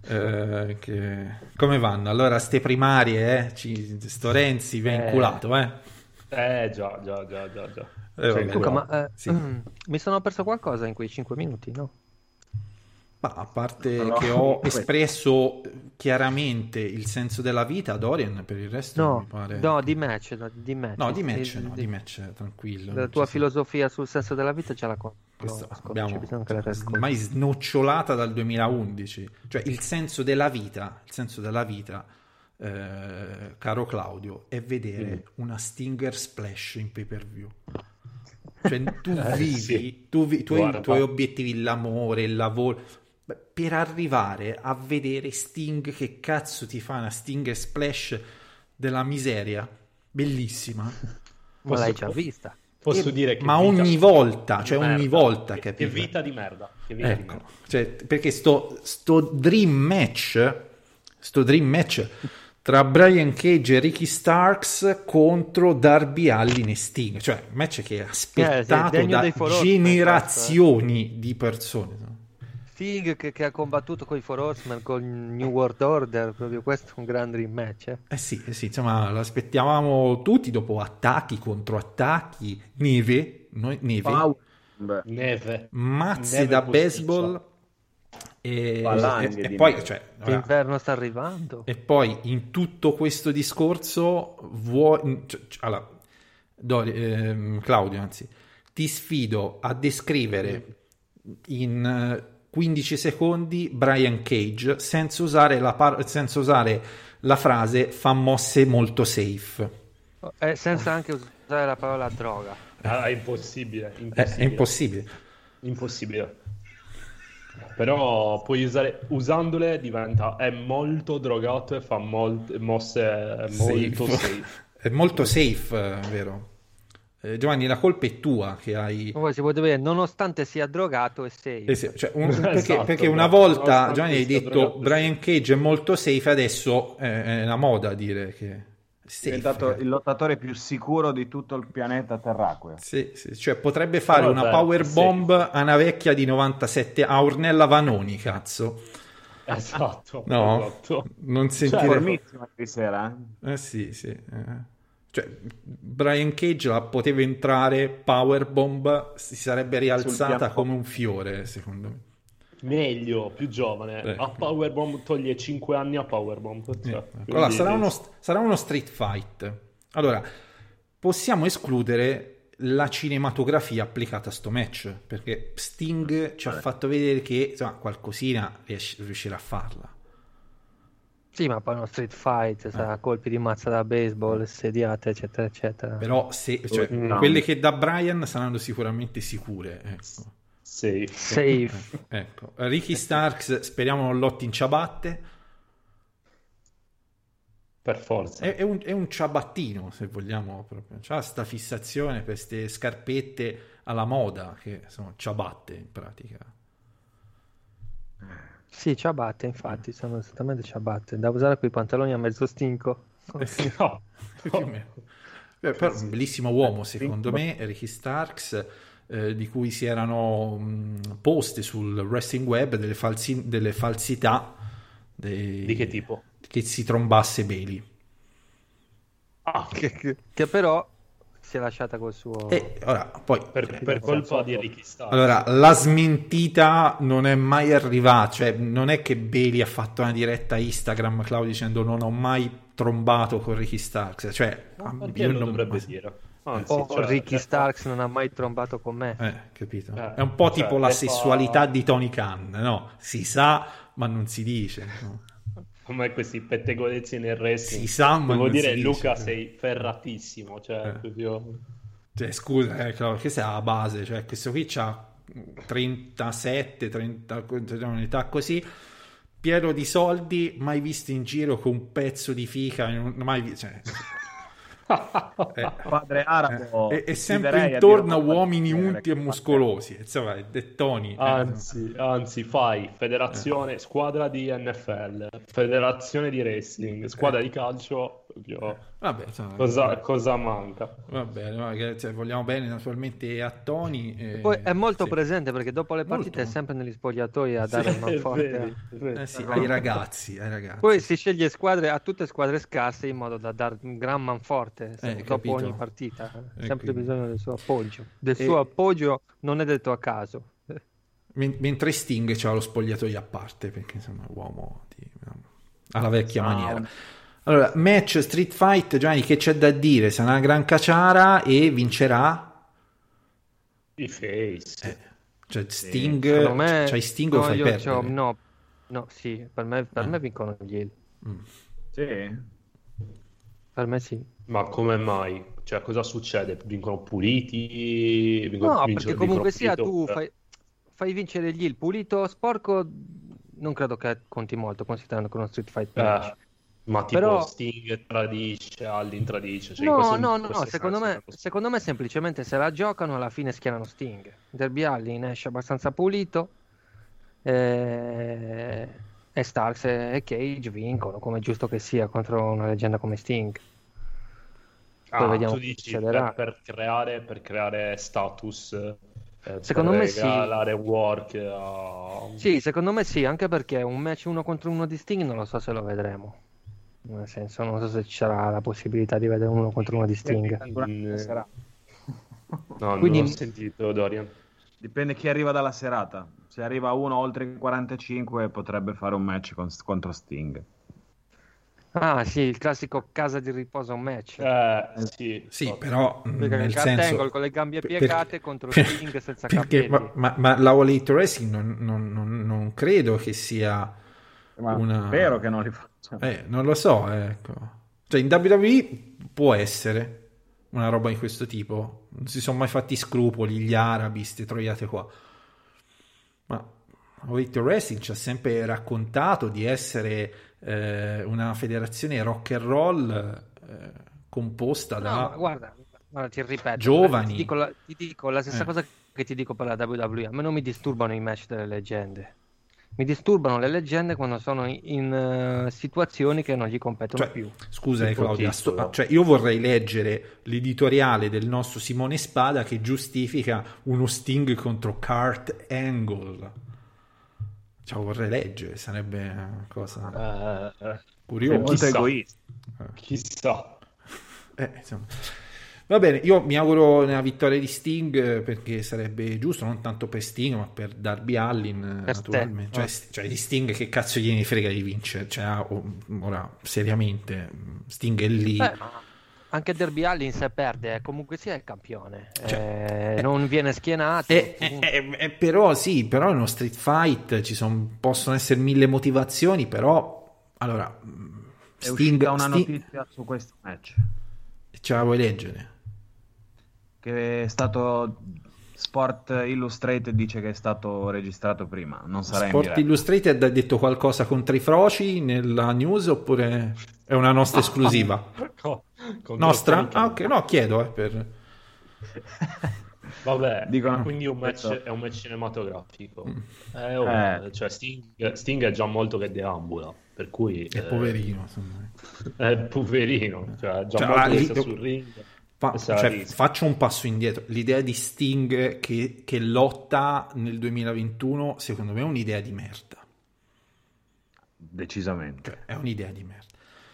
Eh, che... Come vanno? Allora, ste primarie, eh? Ci... sto Renzi vi ha inculato, eh? Eh già, già, già, già, già. Eh, vabbè. Luca, ma eh, Sì. mi sono perso qualcosa in quei cinque minuti, no? Ma a parte No, che ho questo- espresso chiaramente il senso della vita, Dorian, per il resto No, mi pare... no, di match, no, di match. No, di match, Di- no, di- di match, tranquillo. La non tua ci sono- filosofia sul senso della vita ce la conosco. Questo C'è abbiamo bisogno che la riascolti. ormai snocciolata dal duemilaundici, cioè il senso della vita, il senso della vita, eh, caro Claudio, è vedere una Stinger Splash in pay per view. Cioè tu Eh, vivi, sì. tu, vi- tu hai i Guarda. tuoi obiettivi, l'amore, il lavoro, beh, per arrivare a vedere Sting che cazzo ti fa una Stinger Splash della miseria, bellissima. Ma Posso- l'hai già vista? Posso dire che Ma vita ogni di volta, cioè merda. ogni volta, che, capito? che vita di merda, che vita di Ecco, merda. cioè, perché sto, sto dream match, sto dream match tra Brian Cage e Ricky Starks contro Darby Allin e Sting, cioè match che è aspettato degno da dei For Horseman, generazioni di persone. no? Sting che, che ha combattuto con i Four Horsemen, con il New World Order, proprio questo è un grande rematch. Eh? Eh sì, eh sì, insomma, lo aspettavamo tutti dopo attacchi contro attacchi, neve, no- neve, Power. Beh, Neve. mazze Neve da posticcia. baseball e, Valanghe e- e di poi, neve. cioè, ora- L'inverno sta arrivando. E poi in tutto questo discorso vuoi... cioè, cioè, allora, Dori- ehm, Claudio, anzi, ti sfido a descrivere in eh, quindici secondi Brian Cage senza usare la, par- senza usare la frase fa mosse molto safe. Eh, senza anche usare la parola droga. Ah, è impossibile, È, impossibile. è impossibile. Impossibile. Però puoi usare, usandole diventa è molto drogato e fa molte mosse molto Safe. safe. È molto safe, eh, vero? Eh, Giovanni, la colpa è tua che hai... Poi si può dire, nonostante sia drogato e safe. Eh sì, cioè, un- perché, Esatto, perché una bravo. volta Nonostante Giovanni hai sia detto drogato, Brian Cage è molto safe, adesso eh, è la moda dire che è è safe. diventato eh. il lottatore più sicuro di tutto il pianeta terracqueo. Sì, sì, cioè potrebbe fare Però una vabbè, power sì. bomb a una vecchia di novantasette a Ornella Vanoni, cazzo. Esatto. No, esatto. non Cioè, sentire... Formissima ieri sera, eh? Eh sì, sì. eh. Cioè, Brian Cage la poteva entrare, power bomb, si sarebbe rialzata piano. come un fiore, secondo me. Meglio, più giovane. Ecco. A Powerbomb toglie cinque anni a Powerbomb. Cioè, Ecco. quindi- Allora, sarà uno, sarà uno street fight. Allora, possiamo escludere la cinematografia applicata a sto match, perché Sting ci ha fatto vedere che insomma, qualcosina riesce- riuscirà a farla. Sì, ma poi uno street fight, sa, colpi di mazza da baseball, sediate, eccetera, eccetera. Però se, cioè, No. quelle che dà Brian saranno sicuramente sicure. Ecco. Safe. Safe. Ecco. Ricky Starks speriamo non lotti in ciabatte. Per forza. È, è un, è un ciabattino, se vogliamo proprio. C'ha sta fissazione per queste scarpette alla moda, che sono ciabatte in pratica. Sì, ciabatte, infatti, sono esattamente ciabatte. Da usare quei pantaloni a mezzo stinco. No. Più o meno. Eh, però un bellissimo uomo, secondo me, Ricky Starks, eh, di cui si erano mh, poste sul wrestling web delle, falsi- delle falsità dei- Di che tipo? che si trombasse Bailey. Ah, Che, che- che però si è lasciata col suo... E ora, poi, per, per colpa di Ricky Starks. allora, la smentita non è mai arrivata, cioè non è che Bailey ha fatto una diretta Instagram, Claudio, dicendo non ho mai trombato con Ricky Starks, cioè Ma perché io lo non- dovrebbe dire? Anzi, Oh, cioè, Ricky le- Starks non ha mai trombato con me. Eh, capito? Eh, È un po' cioè, tipo la le sessualità fa- di Tony Khan, no? Si sa, ma non si dice. no? Come questi pettegolezzi nel wrestling. Si sa, ma Devo non dire, si dice. Luca, sei ferratissimo. Cioè, Eh. proprio... Cioè, scusa, eh, Claudio, questa è la base, cioè questo qui c'ha trentasette, trenta, un'età così, pieno di soldi, mai visto in giro con un pezzo di fica, non mai vi- cioè, eh, Padre arabo. è, è sempre sfiderei a intorno a dire- uomini dire unti e che- muscolosi, insomma, è dettoni. eh, Anzi, anzi, fai federazione, Eh. squadra di N F L, federazione di wrestling, squadra Eh. di calcio, proprio Vabbè, insomma, Cosa, cosa manca? va bene, va, che, cioè, vogliamo bene naturalmente a Tony. E... Poi è molto sì. presente perché dopo le partite Molto. è sempre negli spogliatoi a dare il manforte. Vedi, vedi. Eh sì, ai ragazzi, ai ragazzi. Poi si sceglie squadre a tutte squadre scarse in modo da dare un gran manforte se- Eh, dopo capito. ogni partita. Eh, Sempre quindi. bisogno del suo appoggio. Del E- suo appoggio non è detto a caso. Men- mentre Sting c'ha lo spogliatoio a parte, perché insomma è uomo di... alla vecchia Sound. maniera. Allora, match Street Fight, Gianni, che c'è da dire? Sarà una gran caciara e vincerà? I face. Eh, cioè Sting, Secondo me, c'hai Sting o no, fai io perdere? c'ho- no, no, sì, per me, per Eh. me vincono gli Hill. Sì. Per me sì. Ma come mai? Cioè, cosa succede? Vincono puliti? Vincono, No, vincono- perché comunque vincono sia tu pulito? fai, fai vincere gli Hill. Pulito, sporco, non credo che conti molto considerando che uno Street Fight match. Eh, ma tipo Però- Sting tradisce, Allin tradisce. Cioè, in No, questo- no, in no, questo no, secondo senso, me, secondo me semplicemente se la giocano alla fine schierano Sting. Derby Allin esce abbastanza pulito e, e Starks e Cage vincono, come è giusto che sia contro una leggenda come Sting. Poi Ah, vediamo tu che dici succederà. per, per creare, per creare status, eh, Secondo per me sì. regalare work a... Sì, secondo me sì, anche perché un match uno contro uno di Sting non lo so se lo vedremo. Nel senso, non so se ci sarà la possibilità di vedere uno contro uno di Sting. Mm, Sarà. no, Quindi- non ho sentito, Dorian. Dipende chi arriva dalla serata. Se arriva uno oltre i quarantacinque potrebbe fare un match con- contro Sting. Ah, sì, il classico casa di riposo match. Eh, sì, Sì, so- però mh, Perché nel il senso Angle con le gambe per- piegate per- contro per- Sting senza perché, capelli. ma, ma, ma la All Elite Wrestling non, non- non- non credo che sia Ma una spero che non li faccia. eh, non lo so, ecco. Cioè in W W E può essere una roba di questo tipo, non si sono mai fatti scrupoli gli arabi, ste troiate qua, ma All Elite Wrestling ci ha sempre raccontato di essere eh, una federazione rock and roll eh, composta da No, ma guarda, guarda, ti ripeto, giovani. ti dico la, ti dico la stessa Eh. cosa che ti dico per la W W E. A me non mi disturbano i match delle leggende. Mi disturbano le leggende quando sono in, in, eh, situazioni che non gli competono Cioè, più. scusa eh, Tipo Claudia, titolo. sto- cioè, io vorrei leggere l'editoriale del nostro Simone Spada che giustifica uno Sting contro Kurt Angle. Cioè, vorrei leggere, sarebbe una cosa Eh, eh, È curiosa. molto chissà. egoista. chissà. Eh, insomma. Va bene, io mi auguro una vittoria di Sting eh, perché sarebbe giusto, non tanto per Sting, ma per Darby Allin, eh, Per naturalmente. te. Cioè, Ah. st- cioè, di Sting che cazzo gliene frega di vincere? Cioè, ah, oh, ora, seriamente, Sting è lì. Beh, ma anche Derby Allin se perde, eh, comunque sia il campione. Cioè, Eh, eh, non viene schienato. Eh, eh, eh, eh, però sì, però in uno street fight ci son- possono essere mille motivazioni, però allora È Sting, uscita una Sting- notizia su questo match ce la vuoi leggere? che è stato Sport Illustrated dice che è stato registrato prima, non sarà in Sport diretta. Illustrated ha detto qualcosa contro i froci nella news oppure è una nostra esclusiva? Co- contro Nostra? Tony Ah, ok, no, chiedo eh, per... Vabbè, Dicono- quindi un match, detto- è un match cinematografico. Mm. Eh, oh, Eh. Cioè Sting, Sting è già molto che deambula, per cui È eh, poverino, insomma. è poverino, cioè già Cioè, molto ah, che lì- sta sul ring. Fa- e se la cioè, rischia. faccio un passo indietro. L'idea di Sting che, che lotta nel duemilaventuno, secondo me, è un'idea di merda. Decisamente. Cioè, è un'idea di merda.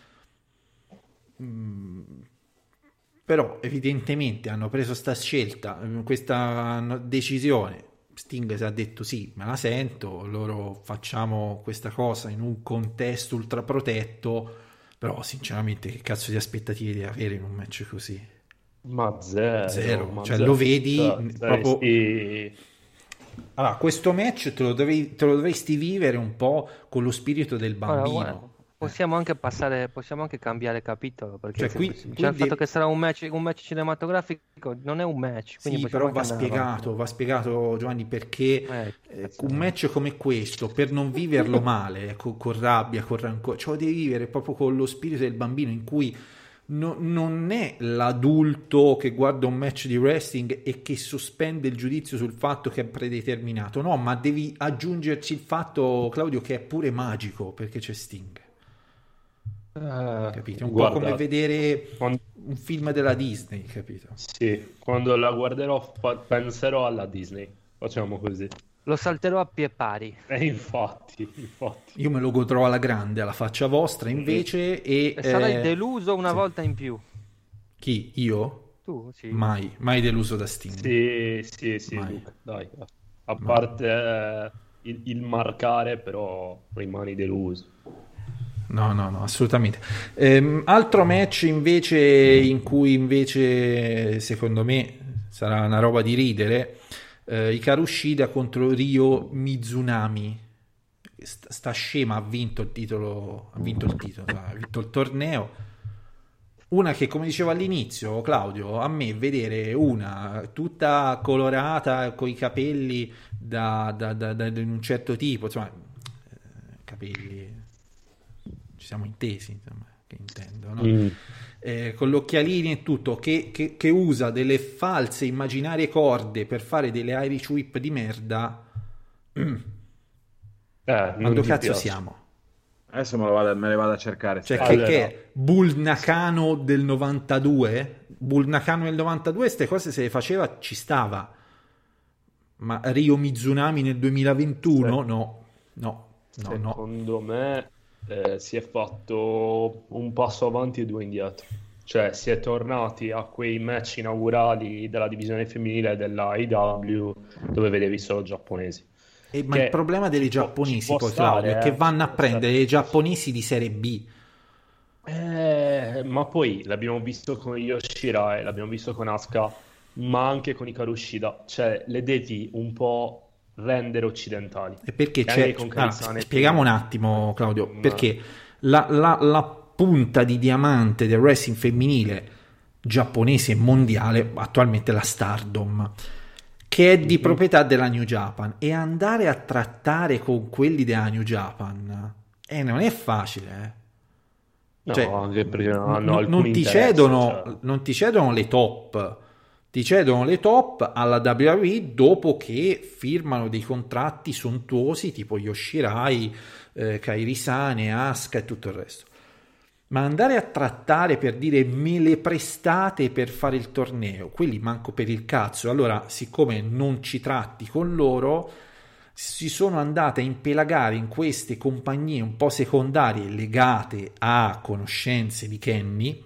Mm, però, evidentemente, hanno preso sta scelta, questa no- decisione. Sting si è detto sì, me la sento, loro facciamo questa cosa in un contesto ultra protetto, però sinceramente che cazzo di aspettative devi avere in un match così? Ma zero, Zero. ma Cioè, zero. lo vedi Cioè, proprio- saresti- Allora, questo match te lo, dovevi- te lo dovresti vivere un po' con lo spirito del Guarda, bambino. guarda, possiamo anche passare, possiamo anche cambiare capitolo perché Cioè, se- qui- cioè, qui il fatto de- che sarà un match, un match cinematografico non è un match, quindi Sì, possiamo però va anche andare spiegato, avanti. va spiegato Giovanni perché Eh, eh, cazzo. un match come questo, per non viverlo male, con, con rabbia, con rancore, cioè lo devi vivere proprio con lo spirito del bambino in cui no- non è l'adulto che guarda un match di wrestling e che sospende il giudizio sul fatto che è predeterminato, no, ma devi aggiungerci il fatto, Claudio, che è pure magico perché c'è Sting. Eh, capito? Un guarda, po' come vedere quando- un film della Disney, capito? sì, quando la guarderò fa- penserò alla Disney. Facciamo così. Lo salterò a pie pari. E infatti, infatti. Io me lo godrò alla grande, alla faccia vostra invece, e E sarai eh, deluso una sì. volta in più. Chi? Io? Tu, sì. Mai, mai deluso da Sting. Sì, sì, sì, Mai. Luca, dai. A parte eh, il, il marcare, però rimani deluso. No, no, no, assolutamente. Ehm, altro match invece in cui invece secondo me sarà una roba di ridere, eh, Hikaru Shida contro Ryo Mizunami. Sta, sta scema ha vinto il titolo, ha vinto il titolo, ha vinto il torneo. Una che, come dicevo all'inizio, Claudio, a me vedere una tutta colorata con i capelli da, da, da, da- di un certo tipo, insomma, eh, capelli, ci siamo intesi, insomma, che intendo, no? Mm. Eh, con gli occhialini e tutto, che, che- che usa delle false immaginarie corde per fare delle Irish Whip di merda. Eh, non Quando ti cazzo piace. siamo? Adesso me, lo vado, me le vado a cercare. Cioè, aspetta. che, Allora. che è Bull Nakano del novantadue? Bull Nakano del novantadue, queste cose se le faceva ci stava. Ma Ryo Mizunami nel duemilaventuno? Sì. No, no, no, no. Secondo me eh, si è fatto un passo avanti e due indietro. Cioè, si è tornati a quei match inaugurali della divisione femminile della A E W dove vedevi solo giapponesi. E, ma Che il problema delle ci può- giapponesi ci può poi, stare, Claudio, è eh, che vanno a ci può stare. prendere i giapponesi di serie B. Eh, ma poi l'abbiamo visto con Yoshirai, l'abbiamo visto con Asuka, ma anche con Hikaru Shida. Cioè, le devi un po' rendere occidentali. E perché E c'è... anche con allora, Karisane spieghiamo un prima. attimo, Claudio, Ma- perché la, la- la punta di diamante del wrestling femminile giapponese e mondiale attualmente è la Stardom, che è di proprietà della New Japan, e andare a trattare con quelli della New Japan eh, non è facile, eh. No, Cioè, anche perché n- hanno n- alcuni non ti interessi, cedono, cioè. non ti cedono le top, ti cedono le top alla W W E dopo che firmano dei contratti sontuosi tipo Yoshirai, eh, Kairi Sane, Asuka e tutto il resto. Ma andare a trattare per dire me le prestate per fare il torneo, quelli manco per il cazzo. Allora, siccome non ci tratti con loro, si sono andate a impelagare in queste compagnie un po' secondarie legate a conoscenze di Kenny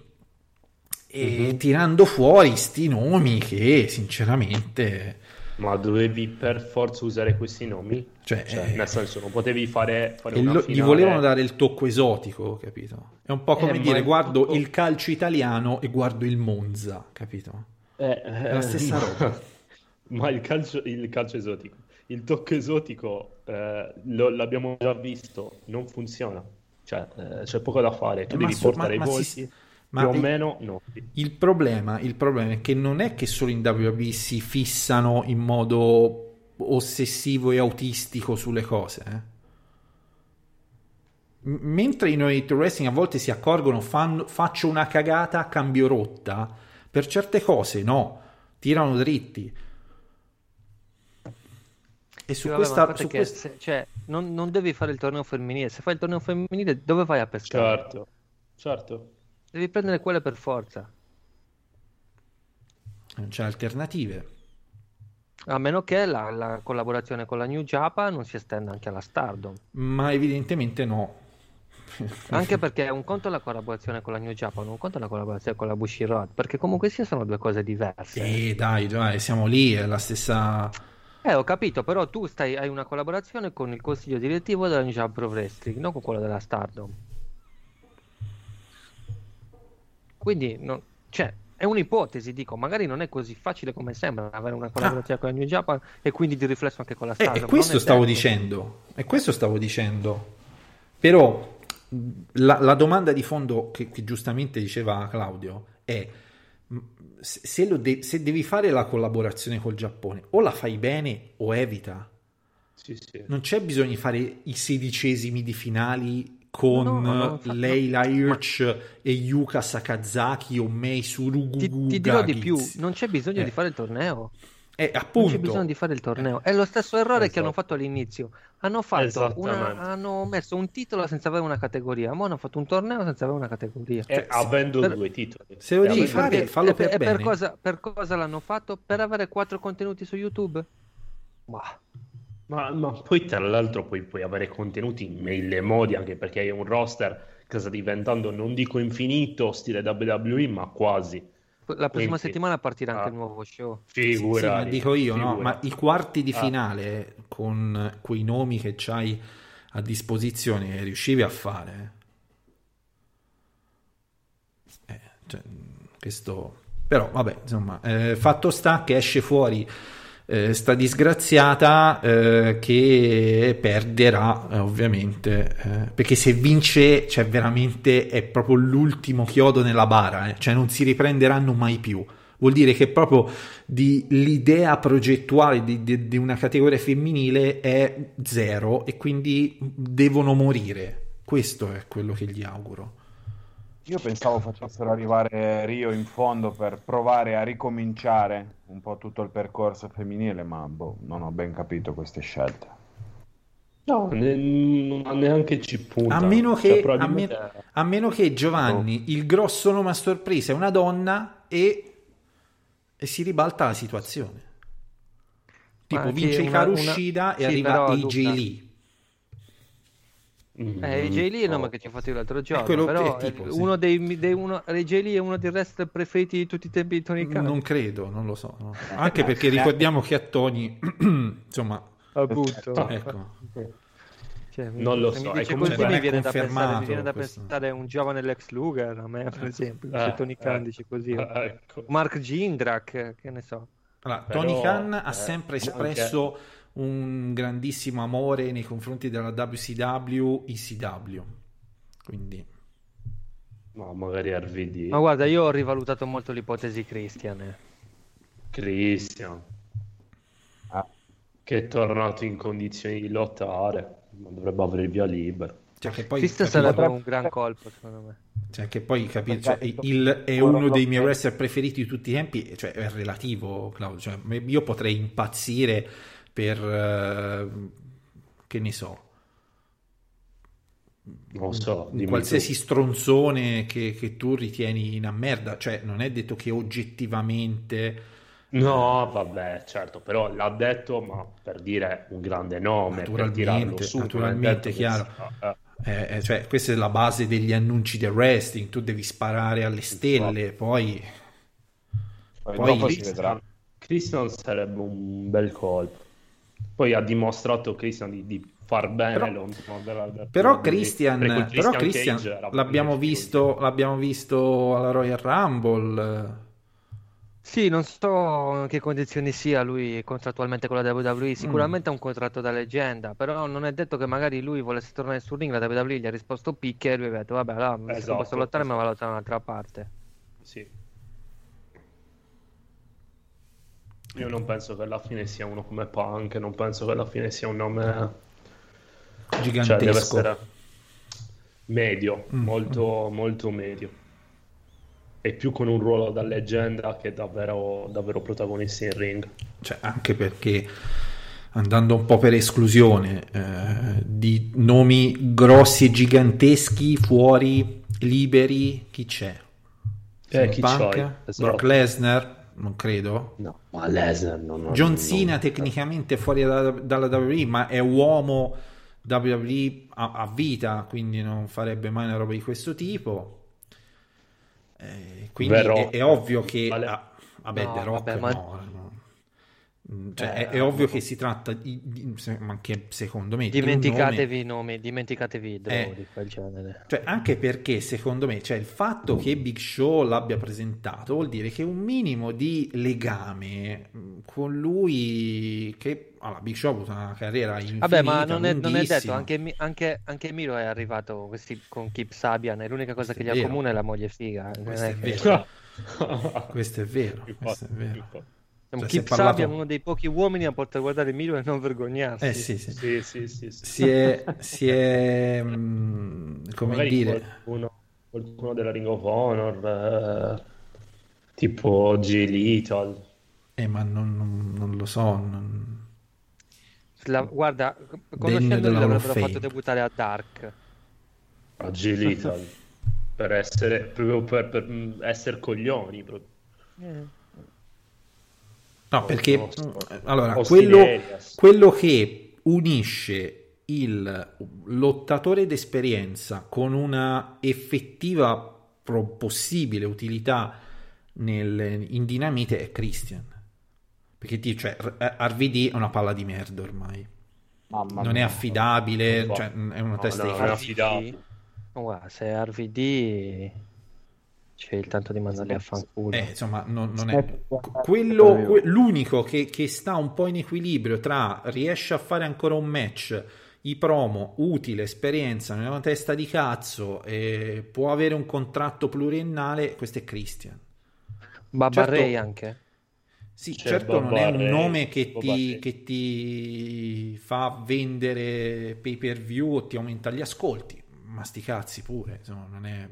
e tirando fuori sti nomi che sinceramente, Ma dovevi per forza usare questi nomi? cioè, Cioè, eh, nel senso, non potevi fare, fare e una lo- gli finale. volevano dare il tocco esotico, capito? È un po' come Eh, ma dire il guardo tocco- il calcio italiano e guardo il Monza, capito? Eh, È la stessa ma- roba. Ma il calcio, il calcio esotico, il tocco esotico, eh, lo- l'abbiamo già visto, non funziona. Cioè, eh, c'è poco da fare. Tu Eh, ma devi su- portare ma- i ma volti, si- ma più o il- meno, no. Il problema, il problema è che non è che solo in W W E si fissano in modo ossessivo e autistico sulle cose, eh. M- mentre i noi wrestling a volte si accorgono, fanno, faccio una cagata, cambio rotta, per certe cose no, tirano dritti. E su Sì, vabbè, ma questa, il fatto su è che questa- se- cioè, non, non devi fare il torneo femminile. Se fai il torneo femminile, dove vai a pescare? Certo, certo. Devi prendere quelle per forza. non c'è alternative. A meno che la, la collaborazione con la New Japan non si estenda anche alla Stardom. Ma evidentemente no. Anche perché un conto è la collaborazione con la New Japan, un conto è la collaborazione con la Bushiroad, perché comunque sia sono due cose diverse. Eh, dai, dai, siamo lì, è la stessa... Eh, ho capito, però tu stai, hai una collaborazione con il consiglio direttivo della New Japan Pro Wrestling, non con quello della Stardom. Quindi, non, cioè, è un'ipotesi, dico, magari non è così facile come sembra avere una collaborazione con la New Japan e quindi di riflesso anche con la Eh, Stardom. e questo non è stavo detto. dicendo, e questo stavo dicendo. Però la, la domanda di fondo che, che giustamente diceva Claudio è mh, se, se lo de- se devi fare la collaborazione col Giappone, o la fai bene o evita. Sì, sì. Non c'è bisogno di fare i sedicesimi di finali con No, no, no, infatti, Leila no. Hirsch e Yuka Sakazaki o Mei Surugu Ti, ti dirò di più, non c'è bisogno Eh. di fare il torneo. E Non c'è appunto, bisogno di fare il torneo. È lo stesso errore che hanno Esatto. fatto all'inizio. Hanno fatto una, Esattamente. hanno messo un titolo senza avere una categoria. Ma hanno fatto un torneo senza avere una categoria. E avendo per- due titoli. se lo E devi avendo- fare, perché- fallo e per, per e per bene. cosa, per cosa l'hanno fatto? Per avere quattro contenuti su YouTube? Ma Ma, ma poi tra l'altro puoi, puoi avere contenuti in mille modi, anche perché hai un roster che sta diventando, non dico infinito, stile W W E, ma quasi. la prossima Quindi, settimana partirà anche ah, il nuovo show. Sì, sì, ma Figurati, dico io, no? figurati. Ma i quarti di Ah. finale con quei nomi che c'hai a disposizione riuscivi a fare? Eh, cioè, questo... Però, vabbè, insomma, eh, fatto sta che esce fuori eh, sta disgraziata eh, che perderà, eh, ovviamente, eh, perché se vince, cioè veramente è proprio l'ultimo chiodo nella bara, eh, cioè non si riprenderanno mai più. Vuol dire che proprio di l'idea progettuale di, di- di una categoria femminile è zero e quindi devono morire. Questo è quello che gli auguro. Io pensavo facessero arrivare Rio in fondo per provare a ricominciare un po' tutto il percorso femminile, ma boh, non ho ben capito queste scelte. No, ne- non neanche ci punta. A meno Cioè, che, a probabilmente- me- a meno che Giovanni, il grosso nome a sorpresa, è una donna e, e si ribalta la situazione. Tipo, Ma vince sì, Hikaru una- una- Shida e sì, arriva però, A J Luca- Lee. Mm, Eh, Jay Lee è il nome no. che ci ha fatto io l'altro giorno, quello- però è tipo, è sì. uno dei, dei uno, Jay Lee è uno dei wrestler preferiti di tutti i tempi di Tony Khan. Non credo, non lo so. no. Anche perché ricordiamo che a Tony, insomma, Appunto. ecco. Cioè, Non lo se so, mi è dice comunque- così non mi è viene da pensare, confermato mi viene da questo. pensare a un giovane Lex Luger, a me per esempio, se Eh, Tony Khan eh. dice così. Ah, ecco. Mark Jindrak, che ne so. Allora, Però, Tony Khan ha eh, sempre anche- espresso un grandissimo amore nei confronti della W C W, E C W. Quindi, Ma magari R V D. Ma guarda, io ho rivalutato molto l'ipotesi Christian. eh. Christian, Ah. che è tornato in condizioni di lottare, ma dovrebbe avere il via libera. cioè che poi, Questo capito- sarebbe potrebbe- un gran colpo, secondo me. cioè che poi capito, cioè, Perché- il, è Ora uno lo- dei miei wrestler preferiti di tutti i tempi, cioè è relativo, Claudio. Cioè, me- io potrei impazzire per, eh, che ne so, Non so, un dimmi qualsiasi tu. stronzone che, che tu ritieni una merda. Cioè, non è detto che oggettivamente... No, vabbè, certo, però l'ha detto, ma per dire un grande nome, per tirarlo Naturalmente, su, non è naturalmente, detto che chiaro. sia- eh, Eh, eh, cioè, questa è la base degli annunci del wrestling. Tu devi sparare alle stelle, poi Poi, Poi- dopo si vedrà. Christian, Christian sarebbe un bel colpo. Poi ha dimostrato Christian di, di far bene Però- lontano dalla- dal- Però perché Christian, quel però Cage Christian era l'abbiamo più- visto, l'abbiamo visto alla Royal Rumble. Sì, non so in che condizioni sia lui contrattualmente con la W W E, sicuramente ha un contratto da leggenda, però non è detto che magari lui volesse tornare sul ring, la W W E gli ha risposto picche e lui ha detto vabbè, allora, se non Esatto, posso lottare esatto. ma vado da un'altra parte. Sì. Io non penso che alla fine sia uno come Punk, non penso che alla fine sia un nome, cioè deve Gigantesco. essere medio, Mm, molto molto medio. E più con un ruolo da leggenda che davvero, davvero protagonista in ring. Cioè, anche perché andando un po' per esclusione eh, di nomi grossi e giganteschi fuori, liberi, chi c'è? Eh, chi Punk? c'hai? Esatto. Brock Lesnar? Non credo. No, ma Lesnar non, non- John Cena non- tecnicamente fuori da- dalla W W E, ma è uomo W W E a, a vita, quindi non farebbe mai una roba di questo tipo. Eh, quindi The è, Rock. è ovvio che Vale. ah, vabbè, No, The Rock vabbè, ma- no, no. Mm, cioè, Eh, è, è ovvio no. che si tratta di, di- se- ma anche secondo me di un Dimenticatevi nome- i nomi, dimenticatevi i Eh. di quel genere. cioè, anche perché secondo me, cioè, il fatto che Big Show l'abbia presentato vuol dire che un minimo di legame mh, con lui, che allora, Big Show ha avuto una carriera infinita, Vabbè, ma non è, non è detto, lunghissima. anche, Mi- anche, anche Miro è arrivato questi- con Kip Sabian e l'unica cosa Questo che è gli vero. accomuna è la moglie figa. non Questo è è che- vero. Questo è vero, Infatti, questo è vero. infatti. Insomma, Cioè, si è Kip parlato- Sabian è uno dei pochi uomini a poter guardare Miro e non vergognarsi. Eh sì, sì. Sì, sì, sì, sì. Si è, si è mh, come Magari dire, qualcuno, qualcuno della Ring of Honor, eh, tipo G. Lethal. Eh, ma non, non- non lo so. non- La- guarda, Degno conoscendoli della Hall of l'avrebbero Fame. fatto debuttare a Dark. Agilita per essere proprio per, per mm, essere coglioni proprio. No, perché non so. mh, allora, Austin quello, Aries. quello che unisce il lottatore d'esperienza con una effettiva pro- possibile utilità nel- in dinamite è Christian. Perché ti, cioè, R- R V D è una palla di merda ormai. Mamma Non è mia. affidabile, Non fa- cioè, è una no, testa no, di non è cazzo. affidabile. Oh, guarda, se è R V D c'è il tanto di mandarli a fanculo. Eh, insomma, non, non è Aspetta, quello, io. que- l'unico che, che sta un po' in equilibrio tra riesce a fare ancora un match, i promo, utile, esperienza, non è una testa di cazzo e può avere un contratto pluriennale, questo è Christian. Baba certo- Ray anche. Sì, C'è certo non è un Boba Ray, nome che Boba ti, Ray. che ti fa vendere pay per view o ti aumenta gli ascolti, ma sti cazzi pure, insomma, non è...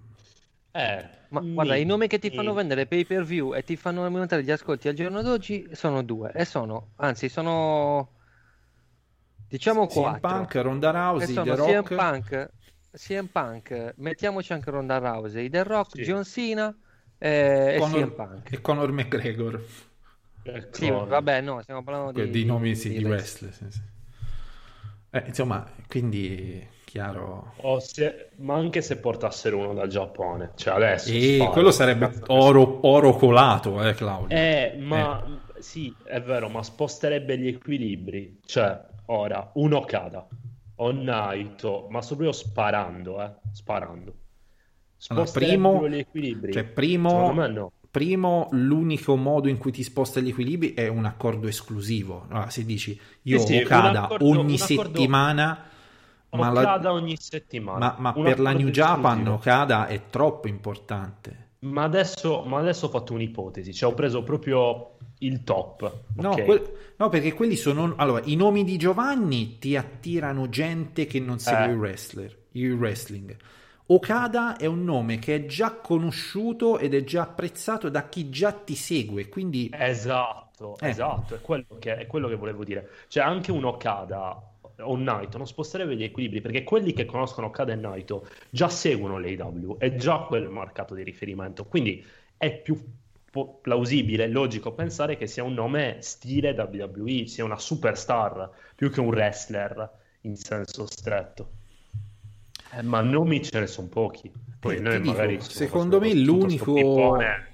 Eh, Ma mi- guarda, i nomi che ti fanno mi- vendere pay per view e ti fanno aumentare gli ascolti al giorno d'oggi sono due. E sono, anzi, sono diciamo C M quattro. Punk, Ronda Che Rousey, sono The C M Rock, Punk, C M Punk, mettiamoci anche Ronda Rousey, The Rock, Sì. John Cena e, e Conor- C M Punk. e Conor McGregor. ecco, Sì, vabbè, no, stiamo parlando Que- di, di nomi sì, di wrestling. wrestler, sì, sì. Eh, insomma, quindi chiaro. o se- ma anche se portassero uno dal Giappone, cioè adesso E spara. quello sarebbe Cazzo, oro, oro colato, eh, Claudio. Eh, ma sì, è vero, ma sposterebbe gli equilibri. Cioè, ora, un Okada o Naito, ma proprio sparando, eh, sparando. Allora, Sposterebbero primo, gli equilibri. cioè, primo, Secondo me no. primo, l'unico modo in cui ti sposta gli equilibri è un accordo esclusivo. Allora, se dici io Sì, sì, un Okada accordo- ogni un accordo- settimana, ma, la- Okada ogni settimana. ma- ma Un per la accordo New Japan esclusivo. Okada è troppo importante. Ma adesso, ma adesso ho fatto un'ipotesi, cioè ho preso proprio il top. No, ok? que- no, perché quelli sono... Allora, i nomi di Giovanni ti attirano gente che non segue Eh. il wrestler, il wrestling. Okada è un nome che è già conosciuto ed è già apprezzato da chi già ti segue, quindi... Esatto, Eh. esatto, è quello che, è quello che volevo dire. Cioè anche un Okada o un Naito non sposterebbe gli equilibri, perché quelli che conoscono Okada e Naito già seguono l'A E W, è già quel mercato di riferimento, quindi è più po- plausibile, logico pensare che sia un nome stile W W E, sia una superstar, più che un wrestler in senso stretto. Eh, ma nomi ce ne sono pochi. Poi Eh, noi ti dico, magari secondo me tutto sto l'unico- pippone.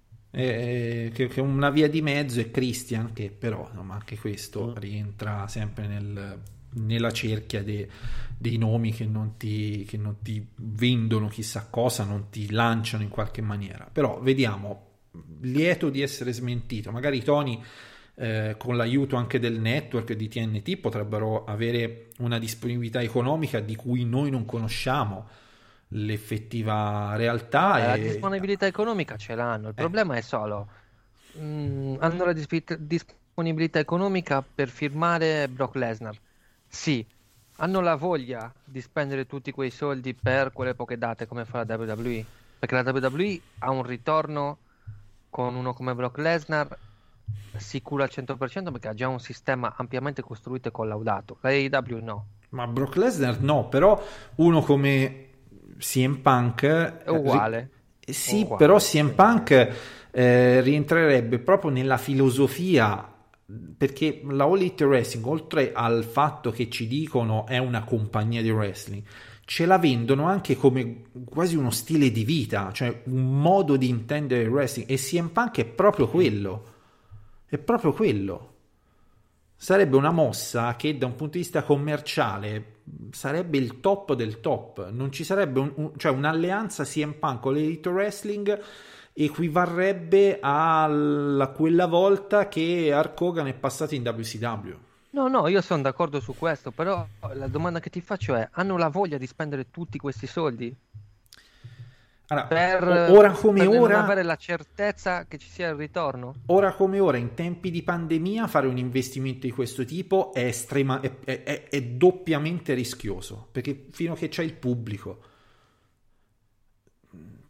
eh, che, che una via di mezzo è Christian, che però insomma, anche questo Mm. rientra sempre nel- nella cerchia de- dei nomi che non, ti, che non ti vendono chissà cosa, non ti lanciano in qualche maniera. Però vediamo, lieto di essere smentito. Magari Tony, eh, con l'aiuto anche del network di T N T, potrebbero avere una disponibilità economica di cui noi non conosciamo l'effettiva realtà. La e... disponibilità economica ce l'hanno, il problema è solo mm, hanno la disp- disponibilità economica per firmare Brock Lesnar. Sì, hanno la voglia di spendere tutti quei soldi per quelle poche date come fa la W W E, perché la W W E ha un ritorno con uno come Brock Lesnar sicuro al cento per cento perché ha già un sistema ampiamente costruito e collaudato. La A E W no. Ma Brock Lesnar no, però uno come C M Punk È uguale. Eh, sì, Uguale, però C sì. M Punk eh, rientrerebbe proprio nella filosofia, perché la All Elite Wrestling, oltre al fatto che ci dicono è una compagnia di wrestling, ce la vendono anche come quasi uno stile di vita, cioè un modo di intendere il wrestling, e C M Punk è proprio quello, è proprio quello. Sarebbe una mossa che da un punto di vista commerciale sarebbe il top del top, non ci sarebbe un, un- cioè un'alleanza C M Punk con l'Elite Wrestling equivarrebbe alla quella volta che Hulk Hogan è passato in W C W. No, no, io sono d'accordo su questo, però la domanda che ti faccio è: hanno la voglia di spendere tutti questi soldi Allora, per, o- ora come per non ora, avere la certezza che ci sia il ritorno? ora come ora, in tempi di pandemia, fare un investimento di questo tipo è, estrema, è, è- è- è doppiamente rischioso, perché fino a che c'è il pubblico.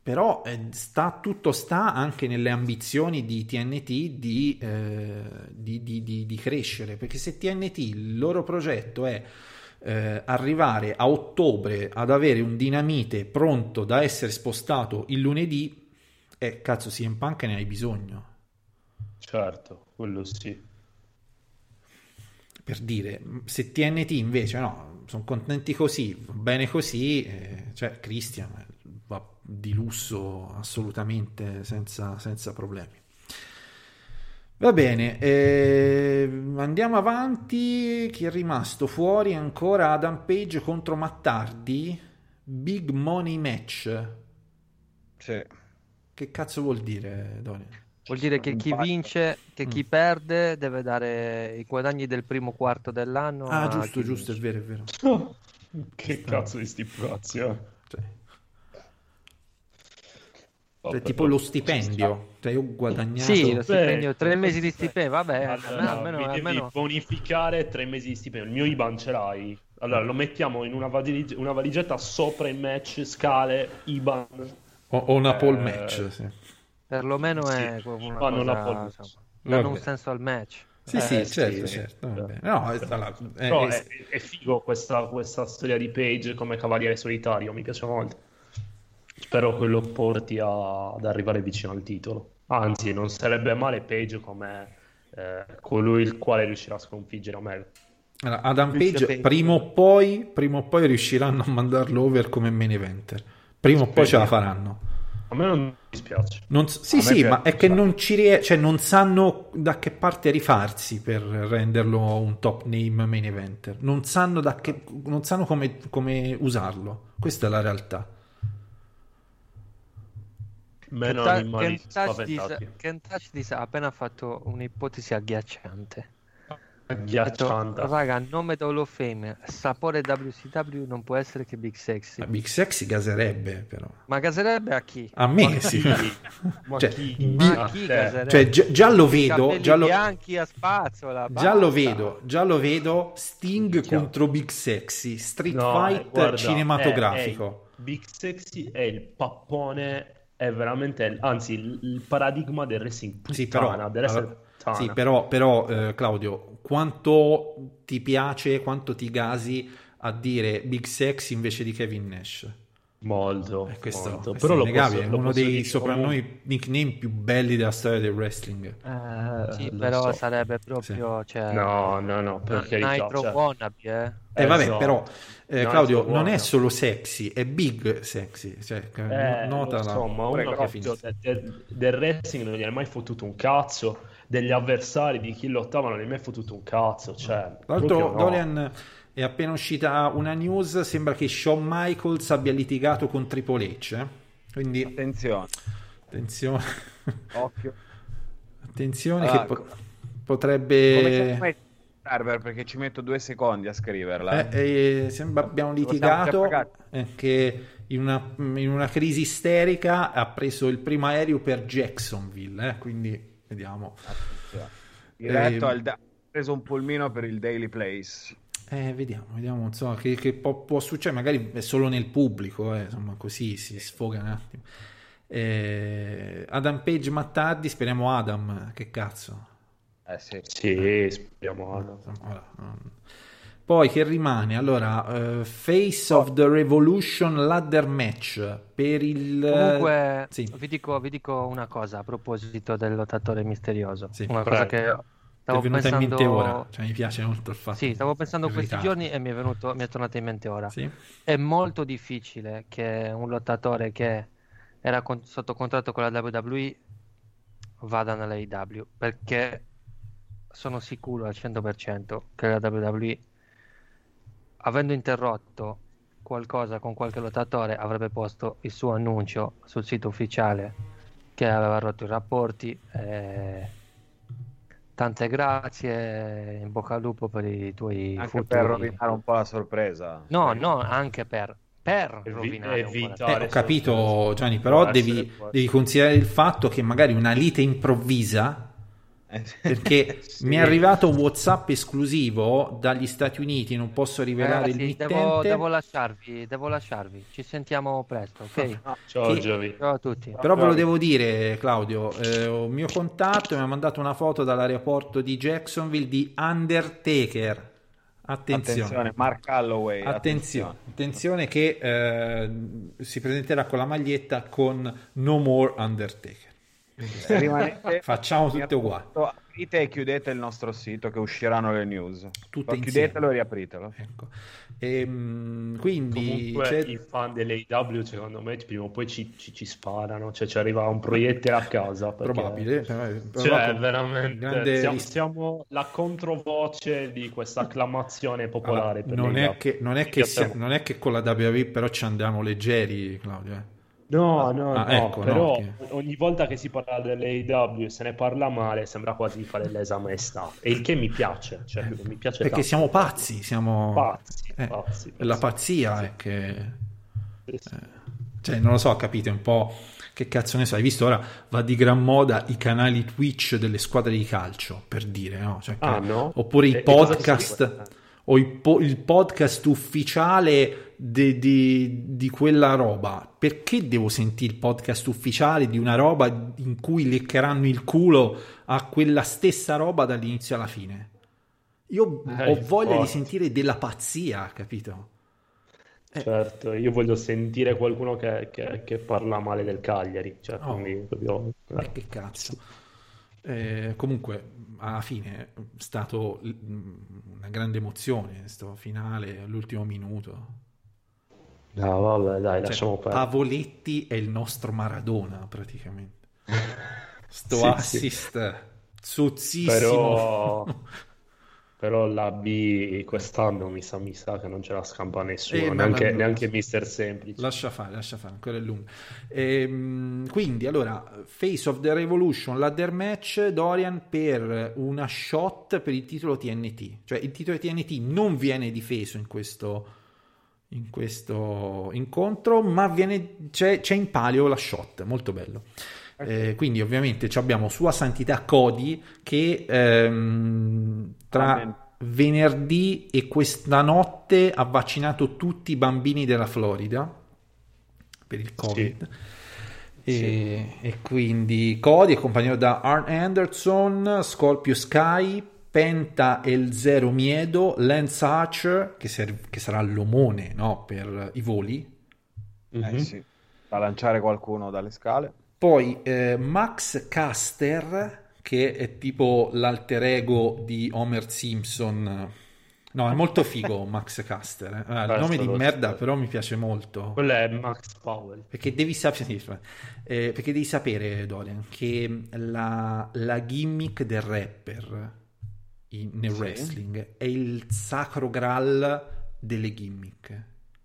però eh, sta, tutto sta anche nelle ambizioni di T N T di, eh, di, di, di, di crescere, perché se T N T il loro progetto è eh, arrivare a ottobre ad avere un Dinamite pronto da essere spostato il lunedì, eh, cazzo, C M Punk ne hai bisogno. Certo, quello sì. Per dire, se T N T invece no, sono contenti così, va bene così, eh, cioè Christian va di lusso assolutamente senza, senza problemi. Va bene, eh, andiamo avanti. Chi è rimasto fuori ancora? Adam Page contro Matt Hardy, big money match. Sì. Che cazzo vuol dire, Doni? Vuol dire che chi vince, che chi Mm. perde deve dare i guadagni del primo quarto dell'anno. Ah, a giusto, chi giusto, è vince. vero, è vero. Che cazzo di stipulazione. Cioè, Vabbè, cioè, tipo lo ci stipendio, cioè io ho guadagnato. Sì, lo stipendio, Beh, tre mesi di beh, stipendio, vabbè, allora, almeno, mi almeno, devi almeno- bonificare tre mesi di stipendio. Il mio I B A N ce l'hai? Allora lo mettiamo in una, valig- una valigetta sopra il match, scale, I B A N. O, o una pole Eh, match, sì. perlomeno Sì, è una fanno cosa, la pole- insomma, danno un Vabbè. senso al match. Sì, Eh, sì, sì, certo, sì. certo. Va bene. No, è, allora, è- Però è- è, è figo questa, questa storia di Page come cavaliere solitario, mi piace molto. Spero che lo porti a- ad arrivare vicino al titolo. Anzi, non sarebbe male Page come eh, colui il quale riuscirà a sconfiggere Omega. allora, Adam Christian Page Page. prima o poi, prima o poi riusciranno a mandarlo over come main eventer. Prima o poi ce la faranno. A me non dispiace. Non s- sì, A me sì, piace ma è un che sacco. non ci rie- cioè non sanno da che parte rifarsi per renderlo un top name main eventer. Non sanno da che non sanno come, come usarlo. Questa è la realtà. Meno Ken, animali Ken Touch spaventati. dis- Ken Touch dis- ha appena fatto un'ipotesi agghiacciante. Ha detto, Agghiacciante. raga, nome da Hall of Fame, sapore W C W non può essere che Big Sexy. La Big Sexy gaserebbe però. Ma caserebbe a chi? A me sì. Ma Cioè, chi? bi- Ma A chi te. caserebbe? Cioè già, già lo I vedo, capelli già lo, bianchi a spazzola, già lo basta. vedo, già lo vedo Sting Chiaro. contro Big Sexy, street No, fight eh, guarda, cinematografico. è- è- Big Sexy è il pappone, è veramente, il- anzi, il, il paradigma del wrestling puttana, Sì, però, dell'essere allora, puttana. sì, però, però eh, Claudio, quanto ti piace, quanto ti gasi a dire Big Sexy invece di Kevin Nash? Molto, Eh, questo, molto. questo Però è lo innegabile, posso, è lo uno posso dei dire soprannomi nickname più belli della storia del wrestling. comunque. Eh, Sì, lo però so. sarebbe proprio, cioè, No, no, no, per carità, Nitro cioè- wannabe, eh. Eh, vabbè, Esatto. però eh, No, Claudio è non è buono. solo sexy, è big sexy, cioè, Eh, nota lo la- so, ma uno Prego, proprio finisci. de- de- del wrestling non gli ha mai fottuto un cazzo, degli avversari, di chi lottava non gli ha mai fottuto un cazzo, cioè, Tra l'altro, proprio no. Dorian, è appena uscita una news, sembra che Shawn Michaels abbia litigato con Triple H, eh? Quindi Attenzione, attenzione, occhio. attenzione Ah, che po- co- Come potrebbe... chiami server? Perché ci metto due secondi a scriverla. Eh, eh, sembra abbiamo Lo siamo già litigato pagati. eh, che in una, in una crisi isterica ha preso il primo aereo per Jacksonville, eh? Quindi vediamo. Attenzione. Diretto Eh, al da- ho preso un pulmino per il Daily Place. Eh, vediamo, vediamo insomma, che, che può, può succedere, magari è solo nel pubblico, eh, insomma, così si sfoga un attimo. Eh, Adam Page, Matt Hardy, speriamo Adam, che cazzo. Eh sì. Sì, speriamo. Insomma, ora, non- Poi che rimane? Allora, eh, Face of the Revolution Ladder Match per il... Comunque, sì. vi dico, vi dico una cosa a proposito del lottatore misterioso. Sì. Una cosa Prego. che È stavo venuta pensando... in mente ora, cioè mi piace molto il fatto. Sì, stavo pensando il questi ritardo. giorni e mi è venuto, mi è tornato in mente ora. Sì? È molto difficile che un lottatore che era con- sotto contratto con la W W E vada nella A E W, perché sono sicuro al cento per cento che la W W E, avendo interrotto qualcosa con qualche lottatore, avrebbe posto il suo annuncio sul sito ufficiale che aveva rotto i rapporti. eh, Tante grazie, in bocca al lupo per i tuoi Anche futuri... per rovinare un po' la sorpresa. No, no, anche per, per Evi- rovinare un po' la- evitare Eh, ho capito sorprese. Gianni, però Può essere, devi, può essere. devi considerare il fatto che magari una lite improvvisa perché Sì. mi è arrivato un WhatsApp esclusivo dagli Stati Uniti, non posso rivelare il Ragazzi, devo, mittente, devo lasciarvi, devo lasciarvi. Ci sentiamo presto, ok? Ciao Che- Giovi. Ciao a tutti. però ve lo devo dire, Claudio, eh, un mio contatto mi ha mandato una foto dall'aeroporto di Jacksonville di Undertaker. Attenzione. Attenzione, Mark Calloway. Attenzione, attenzione che eh, si presenterà con la maglietta con No More Undertaker. Rimanete, Facciamo tutte uguali. aprite e chiudete il nostro sito che usciranno le news. Tutte Poi insieme. chiudetelo e riapritelo. Ecco. Ehm, quindi Comunque c'è- i fan dell'A E W secondo me prima o poi ci, ci- ci sparano, cioè ci arriva un proiettile a casa perché- probabile, però- però Cioè, con veramente grande siamo, ris- siamo la controvoce di questa acclamazione popolare. Allora, per non, l'A E W. è che, non, è Mi che piace sia- molto. non è che con la W W E però ci andiamo leggeri, Claudio. eh. No, no, Ah, no, ecco, però no, che- ogni volta che si parla dell'A E W e se ne parla male sembra quasi di fare lesa maestà, e il che mi piace, cioè mi piace Perché tanto. siamo pazzi, siamo Pazzi, eh, pazzi, la pazzi. pazzia è che Sì, sì. cioè non lo so, capite un po' che cazzo ne so, hai visto ora va di gran moda i canali Twitch delle squadre di calcio, per dire, no? Cioè, Ah, che- no? oppure i E- e cosa podcast segue? o il, po- il podcast ufficiale di, di- di quella roba. Perché devo sentire il podcast ufficiale di una roba in cui leccheranno il culo a quella stessa roba dall'inizio alla fine? Io Eh, ho voglia di infatti. sentire della pazzia, capito? Certo, io voglio sentire qualcuno che, che- che parla male del Cagliari, cioè, Oh. quindi proprio... Eh, che cazzo. Eh, comunque, alla fine è stato mm, una grande emozione sto finale all'ultimo minuto. No, vabbè, dai, Cioè, lasciamo perdere. Pavoletti è il nostro Maradona, praticamente. Sto Sì, assist zozzissimo. Però, però la B quest'anno mi sa, mi sa che non ce la scampa nessuno, Eh, ma neanche, la- neanche mister Semplice. Lascia fare, lascia fare, ancora è lunga. Ehm, quindi, allora, Face of the Revolution, ladder match, Dorian per una shot per il titolo T N T. Cioè, il titolo T N T non viene difeso in questo, in questo incontro, ma viene, c'è, c'è in palio la shot, molto bello. Eh, quindi, ovviamente, ci abbiamo Sua Santità Cody che ehm, tra Amen. venerdì e questa notte ha vaccinato tutti i bambini della Florida per il Covid. E, e quindi Cody è accompagnato da Arn Anderson, Scorpio Sky, Penta El Zero Miedo, Lance Archer che, serv- che sarà l'omone, no, per i voli. Mhm. Eh sì, da lanciare qualcuno dalle scale. Poi eh, Max Caster, che è tipo l'alter ego di Homer Simpson. No, è molto figo Max Caster. eh. Ah, il Questo nome di lo merda so. però mi piace molto. Quello è Max Powell. Perché devi, sap- sì, eh, perché devi sapere, Dorian, che la, la gimmick del rapper in- nel Sì. wrestling è il sacro graal delle gimmick.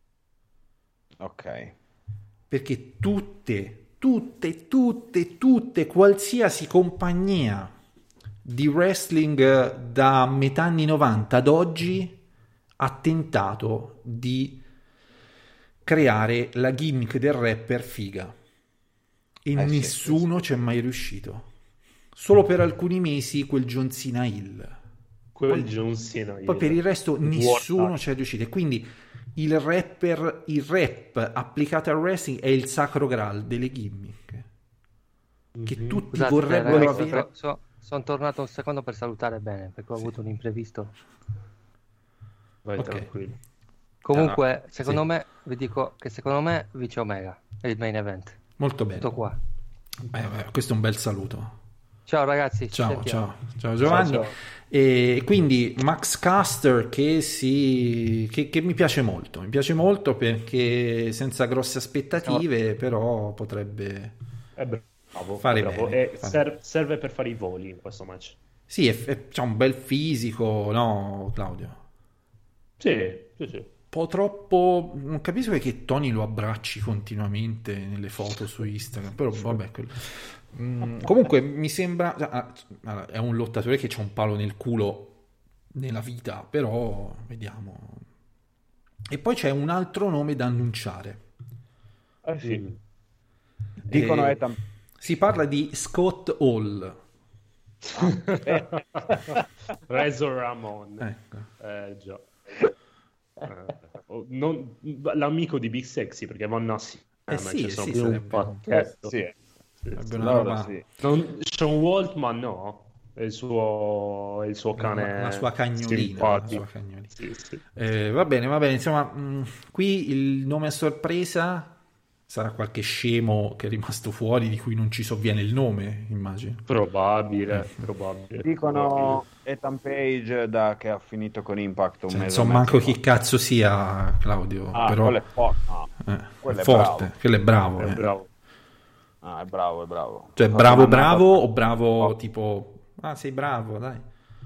Ok. Perché tutte, tutte, tutte, tutte, qualsiasi compagnia di wrestling da metà anni novanta ad oggi ha tentato di creare la gimmick del rapper figa e Eh sì, nessuno ci è mai riuscito. Solo per alcuni mesi quel John Cena Hill. Quel Poi- John Cena. Poi per il resto nessuno War- ci è riuscito. E quindi il rapper, il rap applicato al wrestling è il sacro graal delle gimmick che Mhm. tutti Scusate, vorrebbero ragazzi, avere. so- sono tornato un secondo per salutare bene perché ho Sì. avuto un imprevisto. Vai Ok. tranquillo. Comunque, secondo sì. me, vi dico che secondo me vince Omega, è il main event. Molto bene. Tutto qua. Eh, beh, questo è un bel saluto. Ciao ragazzi, ci Ciao, sentiamo. ciao, ciao Giovanni. Ciao, ciao. E quindi Max Caster che, si, che, che mi piace molto, mi piace molto perché senza grosse aspettative, però potrebbe... È bravo, Fare è bravo. bene, E fare- ser- serve per fare i voli in questo match. Sì, è, è- c'ha un bel fisico, no Claudio? Sì, sì, sì. Un po' troppo, non capisco perché Tony lo abbracci continuamente nelle foto su Instagram, però vabbè, quello. Mm, comunque mi sembra, ah, allora, è un lottatore che c'ha un palo nel culo nella vita, però vediamo. E poi c'è un altro nome da annunciare. Eh sì. Mm. Dicono Eh, Ethan. Si parla di Scott Hall. Razor Ramon. Ecco. Eh, già. Eh, non- l'amico di Big Sexy, perché vanno assieme. Eh sì, cioè, eh sono sì, più un sarebbe- pacchetto. Sì, Sì, Sarebbe sì. una loro roba- sì. Non, Sean Waltman no, è il suo, è il suo cane, la, la sua cagnolina, la simpatico. sua cagnolina. Sì, sì. Eh, va bene, va bene, insomma, mh, qui il nome a sorpresa sarà qualche scemo che è rimasto fuori di cui non ci sovviene il nome, immagino. Probabile, probabile. Dicono Ethan Page da, che ha finito con Impact un Cioè, mese non so e manco mezzo chi cazzo sia Claudio, fa. Ah, però quello è forte. No, eh, quello è è forte, bravo. quello è bravo. È eh. bravo. Ah, è bravo, è bravo. Cioè, Fa bravo una bravo merda. o bravo Oh. tipo, ah sei bravo, dai.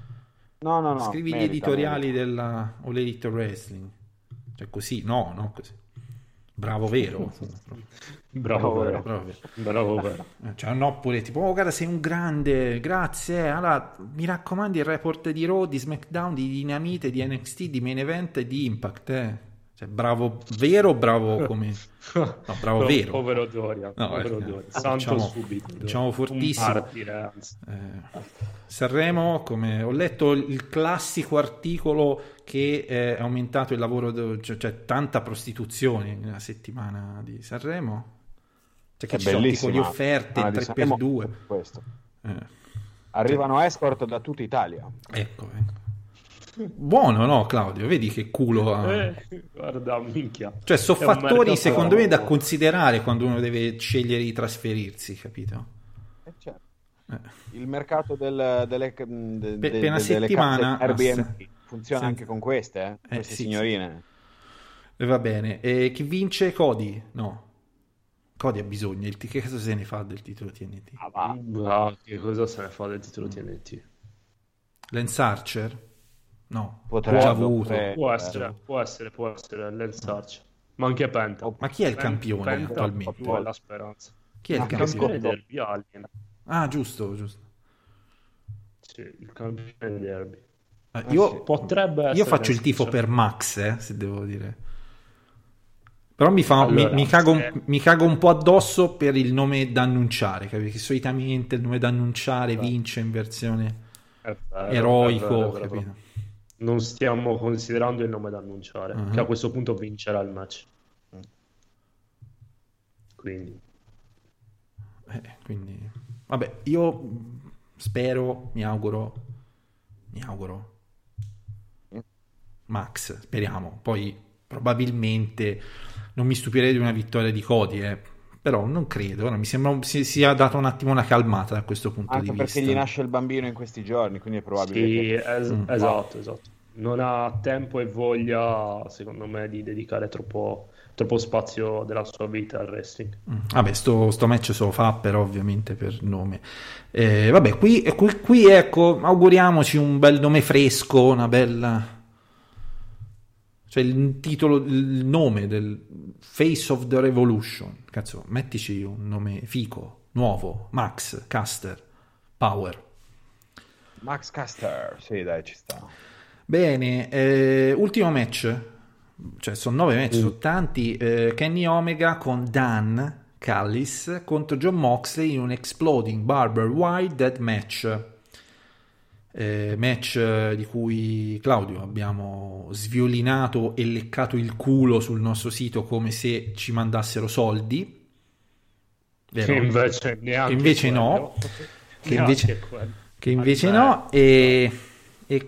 No, no, no. Scrivi gli merita, editoriali merita. della All Elite Wrestling. Cioè così, no, no, così. Bravo vero. Bravo, Bravo, vero. Bravo vero. Bravo, vero. Eh, Cioè, no, pure tipo, oh, guarda, sei un grande, grazie. Allora, mi raccomandi il report di Raw, di SmackDown, di Dynamite, di N X T, di Main Event e di Impact, eh. Cioè, bravo vero, bravo come... No, bravo Po- vero. Povero Dorian. No, povero eh, Dorian. facciamo- Santo subito. facciamo fortissimo. Un martire, anzi. Eh, Sanremo, come ho letto il classico articolo che eh, è aumentato il lavoro, de- cioè, cioè tanta prostituzione nella settimana di Sanremo. Cioè che È ci sono tipo bellissima. di offerte, Ah, di tre Sanremo, per due. questo. Eh, Arrivano escort da tutta Italia. ecco, ecco. Buono, no, Claudio? Vedi che culo ha. Eh, guarda, minchia. Cioè, sono È un fattori mercato- secondo me da considerare quando uno deve scegliere di trasferirsi, capito? Eh, certo. Eh. Il mercato del, delle, de- Per- de- per una delle settimana case Airbnb ah, funziona sì. anche con queste, eh? queste sì, signorine. E va bene. E chi vince? Cody? No. Cody ha bisogno. Il, che cosa se ne fa del titolo T N T? Ah, va. Ah, che cosa se ne fa del titolo T N T? Lance Archer? No. Potrebbe, L'ha già avuto. potrebbe. Può essere, può essere, può essere Lance Archer. Ma anche Penta. Ma chi è il Pen- campione Penta attualmente? tu hai la speranza. Chi è il Ma Il campione? campione derby Alien. Ah, giusto, giusto. Sì, il campione derby. Eh, io, Potrebbe essere io faccio il tifo Lance per Max, eh, se devo dire. Però mi, fa, Allora, mi, mi cago, se- mi cago un po' addosso per il nome da annunciare, capito? Perché solitamente il nome da annunciare vince in versione È vero, eroico, è vero, è vero. capito? Non stiamo considerando il nome da annunciare, Mhm. che a questo punto vincerà il match. Quindi, Eh, quindi, vabbè, io mh, spero, mi auguro, mi auguro, Max, speriamo. Poi probabilmente non mi stupirei di una vittoria di Cody, eh. Però non credo, no, mi sembra si sia dato un attimo una calmata da questo punto Anche di perché vista. gli nasce il bambino in questi giorni, quindi è probabile sì, che... es- Mm. esatto, esatto. Non ha tempo e voglia, secondo me, di dedicare troppo, troppo spazio della sua vita al wrestling. Mm. Vabbè, sto, sto match se lo fa però ovviamente per nome. Eh, vabbè, qui, qui, qui ecco, auguriamoci un bel nome fresco, una bella... Cioè il titolo, il nome del Face of the Revolution. Cazzo, mettici un nome fico, nuovo, Max, Caster, Power. Max Caster, sì dai, ci sta. Bene, eh, ultimo match. Cioè sono nove match, sono tanti. Eh, Kenny Omega con Dan Callis contro John Moxley in un Exploding Barber Wire Death Match. Eh, match eh, di cui Claudio abbiamo sviolinato e leccato il culo sul nostro sito come se ci mandassero soldi, vero? Che invece neanche Che invece quello. no. Che Neanche invece- quello. che invece Vabbè. no e, e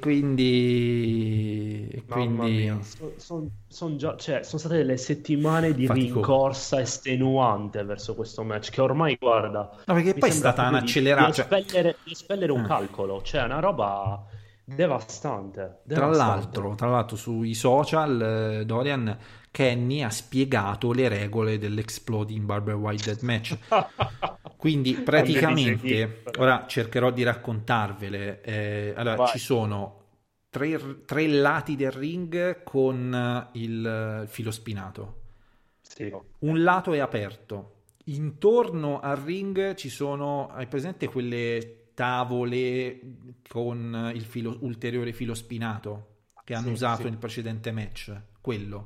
quindi, e Mamma quindi mia, so- son- son già- cioè, sono state delle settimane di Faticoso. rincorsa estenuante verso questo match che ormai, guarda, no, perché mi poi è sembra stata proprio di- un'accelerata, di cioè, espellere, di espellere un Eh. calcolo, cioè una roba devastante, tra devastante. l'altro, tra l'altro sui social eh, Dorian Kenny ha spiegato le regole dell'Exploding Barber Wire Death Match. Quindi praticamente, ora cercherò di raccontarvele. Eh, allora, Vai. ci sono tre, tre lati del ring con il filo spinato. Sì. Un lato è aperto. Intorno al ring ci sono, hai presente quelle tavole con il filo, ulteriore filo spinato che hanno Sì, usato sì. nel precedente match? Quello.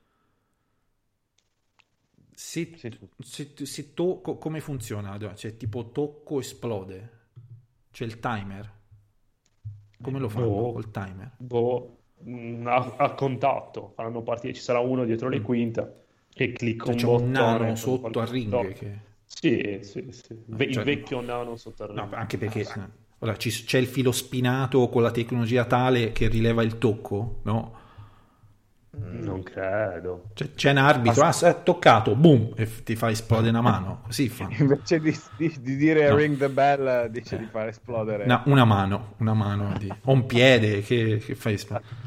Se, Sì, sì. se, se tocco, come funziona? Cioè, tipo tocco, esplode. C'è il timer. Come lo fanno Boh. col timer? Boh, mh, a, a contatto faranno partire, ci sarà uno dietro le quinte che clicca Cioè, un c'è un bottone nano con sotto al qualche ring botto. che... Sì, sì, sì. Ve- il Cioè- vecchio nano sotto al No, ring. anche perché eh, ora, ci- c'è il filo spinato con la tecnologia tale che rileva il tocco, no? Non credo. Cioè, c'è un arbitro, ah, è toccato, boom, e f- ti fa esplodere una mano, così fa. Invece di, di- di dire No. ring the bell, dice di far esplodere. Una, una mano, una mano, di... o un piede che, che fa esplodere.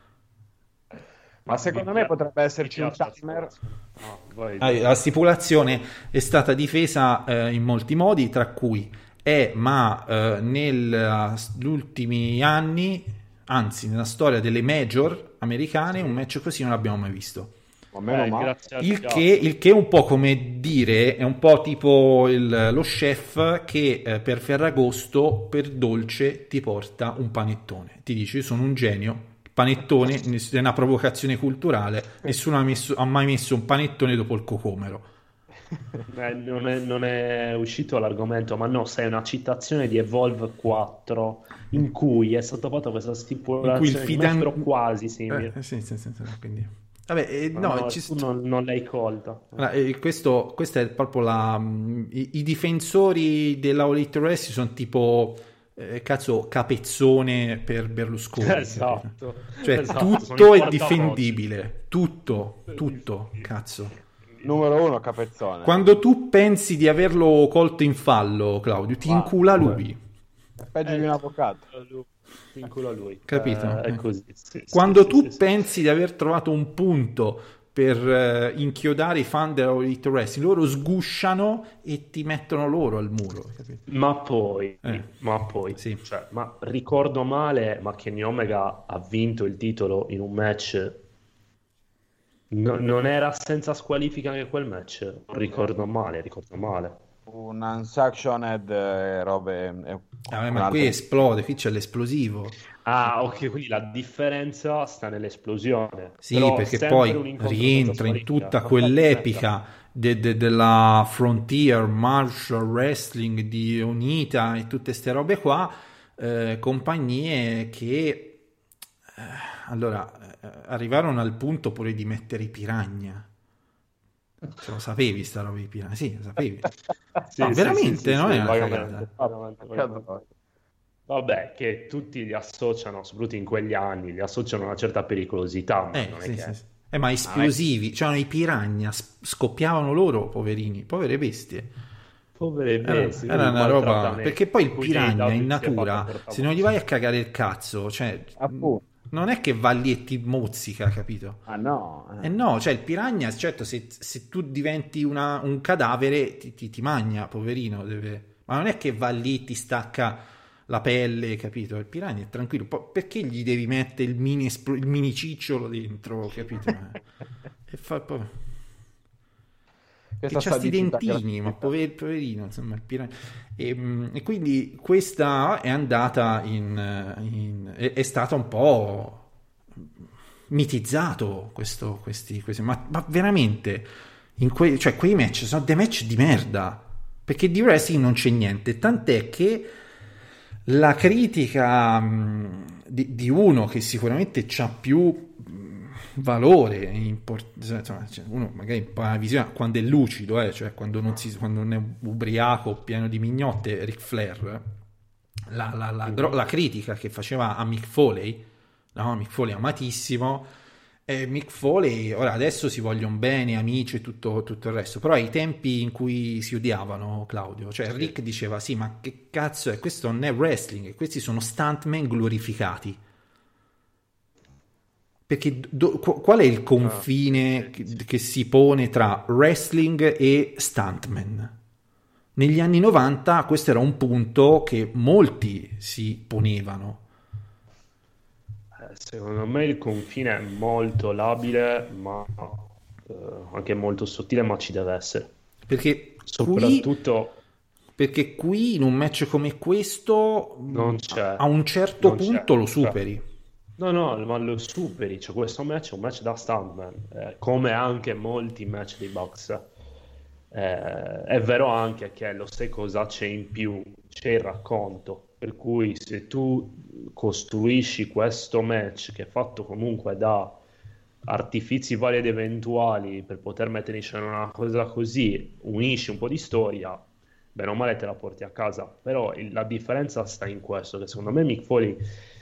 Ma secondo Mi me pia- potrebbe esserci mi un piace timer. la Ah, vai, Ah, La stipulazione è stata difesa eh, in molti modi, tra cui è, ma eh, negli ultimi anni, anzi nella storia delle major americane, un match così non l'abbiamo mai visto. O meno Eh, male. grazie al Il cazzo. che, il che è un po' come dire, è un po' tipo il- lo chef che eh, per Ferragosto, per dolce, ti porta un panettone. Ti dice, io sono un genio, panettone ness- è una provocazione culturale, nessuno ha, messo- ha mai messo un panettone dopo il cocomero. Eh, non è, non è uscito l'argomento, ma no, sei una citazione di Evolve quattro in cui è stata fatta questa In cui il stipulazione di fidan- metro quasi simile. Eh, sì, sì, sì, sì, quindi... Vabbè, eh, Ma no, no, ci tu st- non, non l'hai colta. Allora, eh, questo, questa è proprio la... mh, I, i difensori della All Elite Wrestling sono tipo, eh, cazzo, Capezzone per Berlusconi. capito? Esatto. Cioè, Esatto, sono tutto i è portavoce. difendibile. Tutto, tutto, cazzo. Numero uno, Capezzone. Quando tu pensi di averlo colto in fallo, Claudio, ti Ah, incula due. lui. È peggio Eh, di un avvocato. in culo a lui. Capito? Eh, è Eh. così. Sì, sì, Quando sì, tu sì, sì. pensi di aver trovato un punto per eh, inchiodare i fan della All Elite Wrestling, loro sgusciano e ti mettono loro al muro. Capito? Ma poi, Eh. ma poi, Sì. cioè, ma ricordo male, ma Kenny Omega ha vinto il titolo in un match. No- non era senza squalifica anche quel match? Ricordo male, ricordo male. Un unsanctioned e robe. e- Ah, con ma qui altre- esplode, qui c'è l'esplosivo. Ah, ok, quindi la differenza sta nell'esplosione. Sì, Però perché sempre poi un incontro rientra in senza tutta squalifica. quell'epica de- de- della Frontier Martial Wrestling di Onita e tutte ste robe qua, eh, compagnie che eh, allora eh, arrivarono al punto pure di mettere i Piranha. Ce lo sapevi sta roba di Piranha? Sì, lo sapevi. Sì, No, sì, veramente, sì, sì, non sì, è una vagamente, cagata. vagamente, vagamente. Vabbè, che tutti li associano, soprattutto in quegli anni, li associano a una certa pericolosità, ma Eh, non è sì, che... sì, sì. Eh, ma esplosivi, cioè i Piranha s- scoppiavano loro, poverini, povere bestie. Povere Era, bestie, era una roba, maltrattamenti, perché poi il cui piranha A E W in si è fatto natura, portavoce. se non gli vai a cagare il cazzo, cioè, Appunto. non è che va lì e ti mozzica, capito? Ah no. Eh no, cioè il piranha, certo, se, se tu diventi una- un cadavere ti, ti, ti magna, poverino, deve... ma non è che va lì e ti stacca la pelle, capito? Il piranha è tranquillo, poi perché gli devi mettere il mini, esplo- il mini cicciolo dentro, capito? E fa poi... Che Questa c'ha sti sadicità dentini, ma gratuita. pover- poverino, insomma, il piranha. E, mm, e quindi questa è andata in, in- è, è stata un po' mitizzato questo, questi, questi ma, ma veramente in que- cioè quei match sono dei match di merda, perché di wrestling non c'è niente, tant'è che la critica mh, di, di uno che sicuramente c'ha più mh, valore, import- insomma, cioè, uno magari un po' una visione quando è lucido, eh, cioè quando non, si, quando non è ubriaco pieno di mignotte, Ric Flair, la, la, la, gro- la critica che faceva a Mick Foley, no? Mick Foley amatissimo, e Mick Foley ora adesso si vogliono bene, amici e tutto, tutto il resto, però ai tempi in cui si odiavano, Claudio, cioè Rick diceva sì, ma che cazzo è, questo non è wrestling, questi sono stuntman glorificati, perché do- qu- qual è il confine che, che si pone tra wrestling e stuntman? Negli anni novanta questo era un punto che molti si ponevano. Eh, Secondo me il confine è molto labile, ma eh, anche molto sottile, ma ci deve essere. Perché qui, Soprattutto perché qui in un match come questo non c'è. a un certo Non c'è. punto lo Cioè, superi. No, no, ma lo superi. Cioè, questo match è un match da stuntman, eh, come anche molti match dei Bucks. Eh, è vero anche che lo sai cosa c'è in più? C'è il racconto. Per cui se tu costruisci questo match che è fatto comunque da artifici vari ed eventuali per poter mettere in scena una cosa così, unisci un po' di storia, bene o male te la porti a casa. Però il- la differenza sta in questo, che secondo me Mick Foley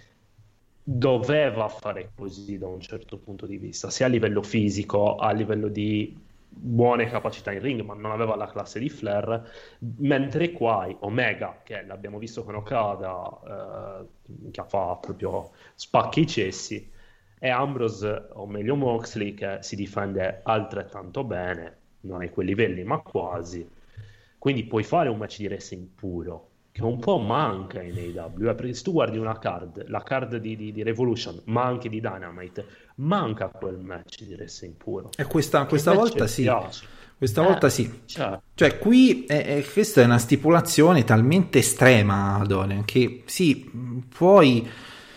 doveva fare così da un certo punto di vista, sia a livello fisico, a livello di buone capacità in ring, ma non aveva la classe di Flair, mentre qua Omega, che l'abbiamo visto con Okada, eh, che fa proprio spacchi i cessi, e Ambrose, o meglio Moxley, che si difende altrettanto bene, non ai quei livelli, ma quasi. Quindi puoi fare un match di wrestling puro, che un po' manca in A E W, eh, perché se tu guardi una card, la card di, di- di Revolution, ma anche di Dynamite, manca quel match di wrestling puro. E questa, Che questa match volta sì, piace. questa Eh, volta sì. cioè, Cioè, qui è, è- questa è una stipulazione talmente estrema, Dorian, che sì, mh, puoi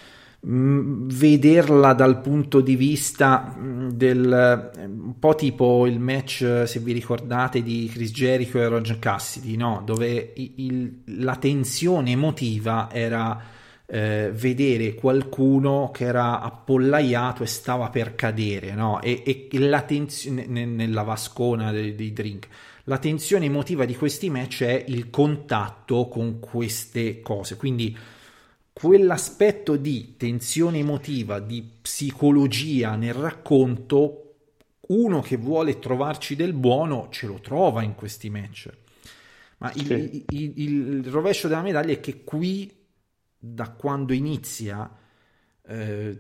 mh, vederla dal punto di vista mh, del eh, un po' tipo il match, eh, se vi ricordate, di Chris Jericho e Roger Cassidy, no? Dove i- il- la tensione emotiva era eh, vedere qualcuno che era appollaiato e stava per cadere, no? E, e la tensione ne- nella vascona dei, dei drink. La tensione emotiva di questi match è il contatto con queste cose, quindi quell'aspetto di tensione emotiva, di psicologia nel racconto, uno che vuole trovarci del buono ce lo trova in questi match. Ma il, sì. il- il- il rovescio della medaglia è che qui, da quando inizia, eh,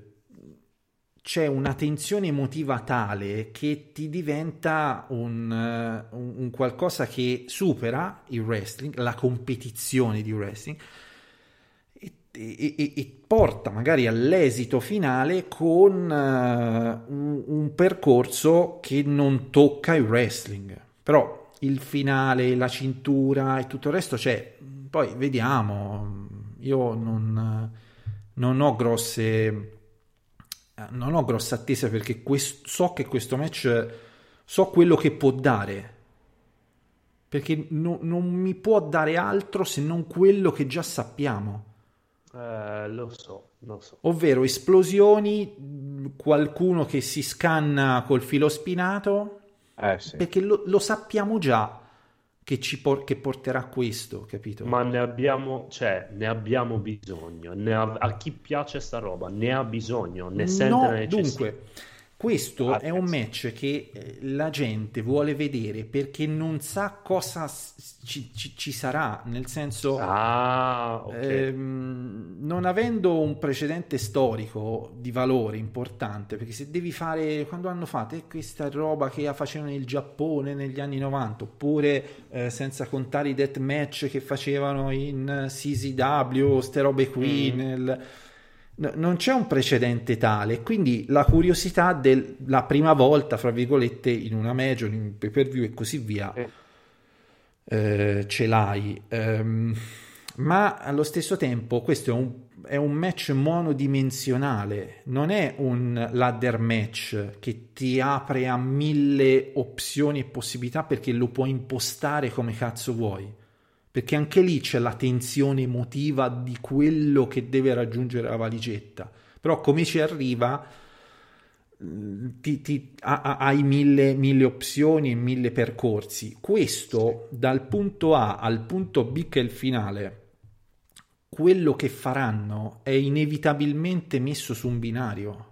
c'è una tensione emotiva tale che ti diventa un, eh, un- un qualcosa che supera il wrestling, la competizione di wrestling, e, e- e- e porta magari all'esito finale con eh, un, un percorso che non tocca il wrestling. Però il finale, la cintura e tutto il resto c'è. Poi vediamo. Io non, non ho grosse non ho grossa attesa, perché quest- so che questo match, so quello che può dare, perché no- non mi può dare altro se non quello che già sappiamo, Eh, lo so, lo so. ovvero esplosioni, mh, qualcuno che si scanna col filo spinato, Eh sì. perché lo, lo sappiamo già che ci por- che porterà questo, capito? Ma ne abbiamo, cioè, ne abbiamo bisogno. Ne ha- a chi piace sta roba, ne ha bisogno, ne sente No, la necessità. dunque, questo Ah, è un match che eh, la gente vuole vedere perché non sa cosa s- ci, ci- ci sarà, nel senso, Ah, ok. ehm, non avendo un precedente storico di valore importante, perché se devi fare, quando hanno fatto eh, questa roba che facevano nel Giappone negli anni novanta, oppure eh, senza contare i death match che facevano in eh, C Z W, ste robe qui, Mm. nel- no- non c'è un precedente tale, quindi la curiosità della prima volta, fra virgolette, in una major, in un pay per view e così via, Sì. eh, ce l'hai. Ehm, ma allo stesso tempo questo è un, è un match monodimensionale, non è un ladder match che ti apre a mille opzioni e possibilità, perché lo puoi impostare come cazzo vuoi, perché anche lì c'è la tensione emotiva di quello che deve raggiungere la valigetta, però come ci arriva, mh, ti, ti- ha- ha- hai mille, mille opzioni e mille percorsi. Questo dal punto A al punto B, che è il finale, quello che faranno è inevitabilmente messo su un binario.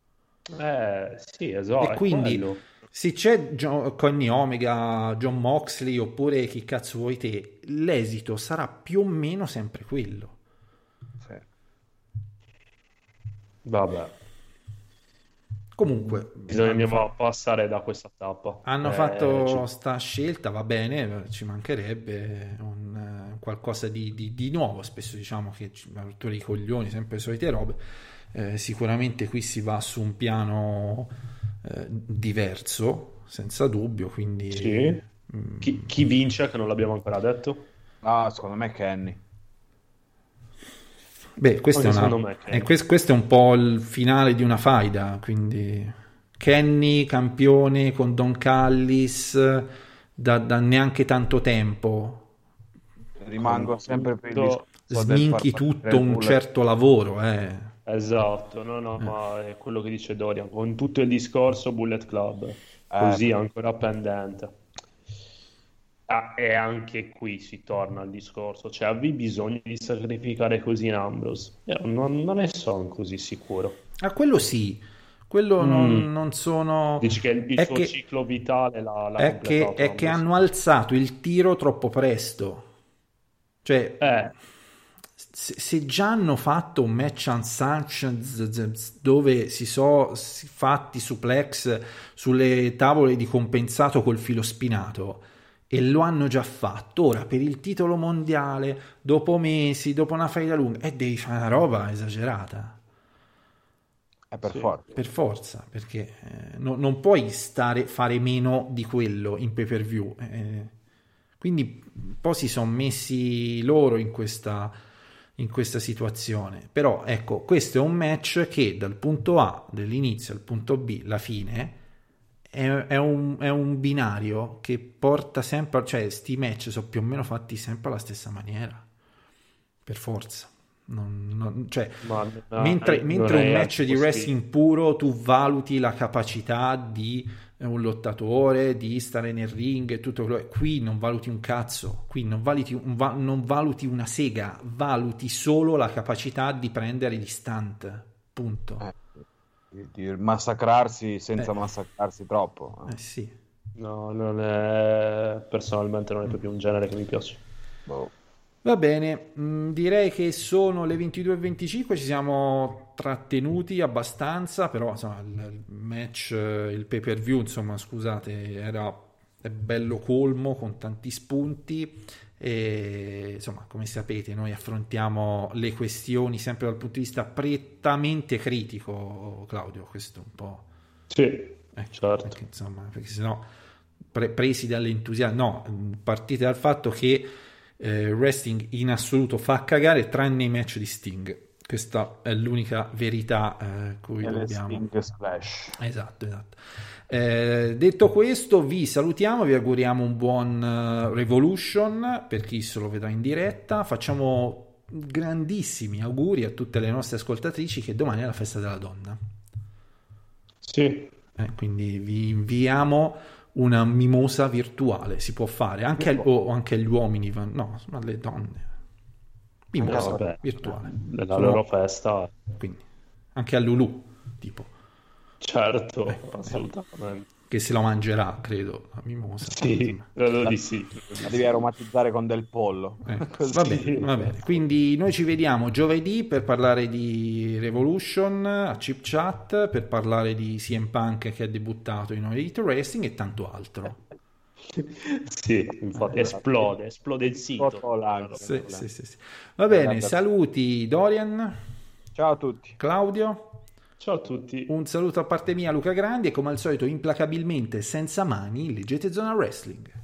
Eh, sì, esatto, E è quindi quello. se c'è John- Kenny Omega, John Moxley, oppure chi cazzo vuoi te, l'esito sarà più o meno sempre quello. Sì. Vabbè, Comunque bisogna hanno, fa- passare da questa tappa. hanno Eh, fatto ci- sta scelta, va bene, ci mancherebbe un, eh, qualcosa di, di- di nuovo. Spesso diciamo che ci va rottura i coglioni, sempre le solite robe. Eh, sicuramente qui si va su un piano eh, diverso, senza dubbio, quindi Sì. mm, Chi, chi vince, che non l'abbiamo ancora detto? Ah, secondo me Kenny. beh, questo è, Anche una- secondo me, Kenny. eh, questo, questo è un po' il finale di una faida, quindi Kenny campione con Don Callis da, da neanche tanto tempo. rimango sempre per il Tutto- discorso del Sminchi far partire tutto il un bullet. certo lavoro, eh. Esatto, no, no, ma è quello che dice Dorian, con tutto il discorso Bullet Club, Eh, così ancora pendente. Ah, e anche qui si torna al discorso, cioè avevi bisogno di sacrificare così in Ambrose? Io non, non ne sono così sicuro. A quello sì, quello non, Mm. non sono... Dici che il, il è suo che- ciclo vitale l'ha, l'ha È che, completato è che Ambrose. hanno alzato il tiro troppo presto. Cioè, Eh, se, se già hanno fatto un match unsanctioned dove si sono fatti suplex sulle tavole di compensato col filo spinato e lo hanno già fatto, ora per il titolo mondiale, dopo mesi, dopo una faida lunga, e devi fare una roba esagerata. è per Sì. forza. Per forza, perché eh, no- non puoi stare, fare meno di quello in pay per view. eh. Quindi un po' si sono messi loro in questa, in questa situazione. Però ecco, questo è un match che dal punto A dell'inizio al punto B, la fine, è, è un, è un binario che porta sempre, cioè sti match sono più o meno fatti sempre alla stessa maniera. Per forza. Non- non- cioè, ma non mentre, è- mentre non un è match anche di wrestling puro tu valuti la capacità di eh, un lottatore di stare nel ring e tutto quello, qui non valuti un cazzo, qui non valuti, un va- non valuti una sega, valuti solo la capacità di prendere gli stunt, punto. Eh, di, di massacrarsi senza Eh. massacrarsi troppo. Eh sì. No, non è... personalmente non è proprio un genere che mi piace. Boh. Va bene, mh, direi che sono le ventidue e venticinque, ci siamo trattenuti abbastanza, però insomma il, il match, eh, il pay per view, insomma scusate, era è bello colmo con tanti spunti e insomma come sapete noi affrontiamo le questioni sempre dal punto di vista prettamente critico, Claudio, questo è un po'... Sì, Ecco, certo. perché, insomma, perché sennò pre- presi dall'entusiasmo, no, mh, partite dal fatto che eh, il wrestling in assoluto fa cagare tranne i match di Sting. Questa è l'unica verità eh, cui E le dobbiamo... Sting Splash. Esatto, esatto. Eh, detto questo, vi salutiamo, vi auguriamo un buon eh, Revolution per chi se lo vedrà in diretta. Facciamo grandissimi auguri a tutte le nostre ascoltatrici che domani è la festa della donna. Sì, Eh, quindi vi inviamo una mimosa virtuale, si può fare anche, al- o anche agli uomini, va- no, alle donne. Mimosa no, vabbè, virtuale. la Sono- loro festa, Quindi anche a Lulu, tipo, certo, Ecco, assolutamente. che se la mangerà, credo, la mimosa. Sì, credo di sì. La devi aromatizzare con del pollo. Eh, Così. va bene, va bene. Quindi noi ci vediamo giovedì per parlare di Revolution a Chip Chat, per parlare di C M Punk che ha debuttato in Elite Wrestling e tanto altro. Sì, infatti esplode, esplode il sito. Sotto l'angolo. Sì, sì, sì, sì. Va bene, saluti Dorian, Ciao a tutti. Claudio, Ciao a tutti. un saluto a parte mia Luca Grandi e come al solito implacabilmente senza mani leggete Zona Wrestling.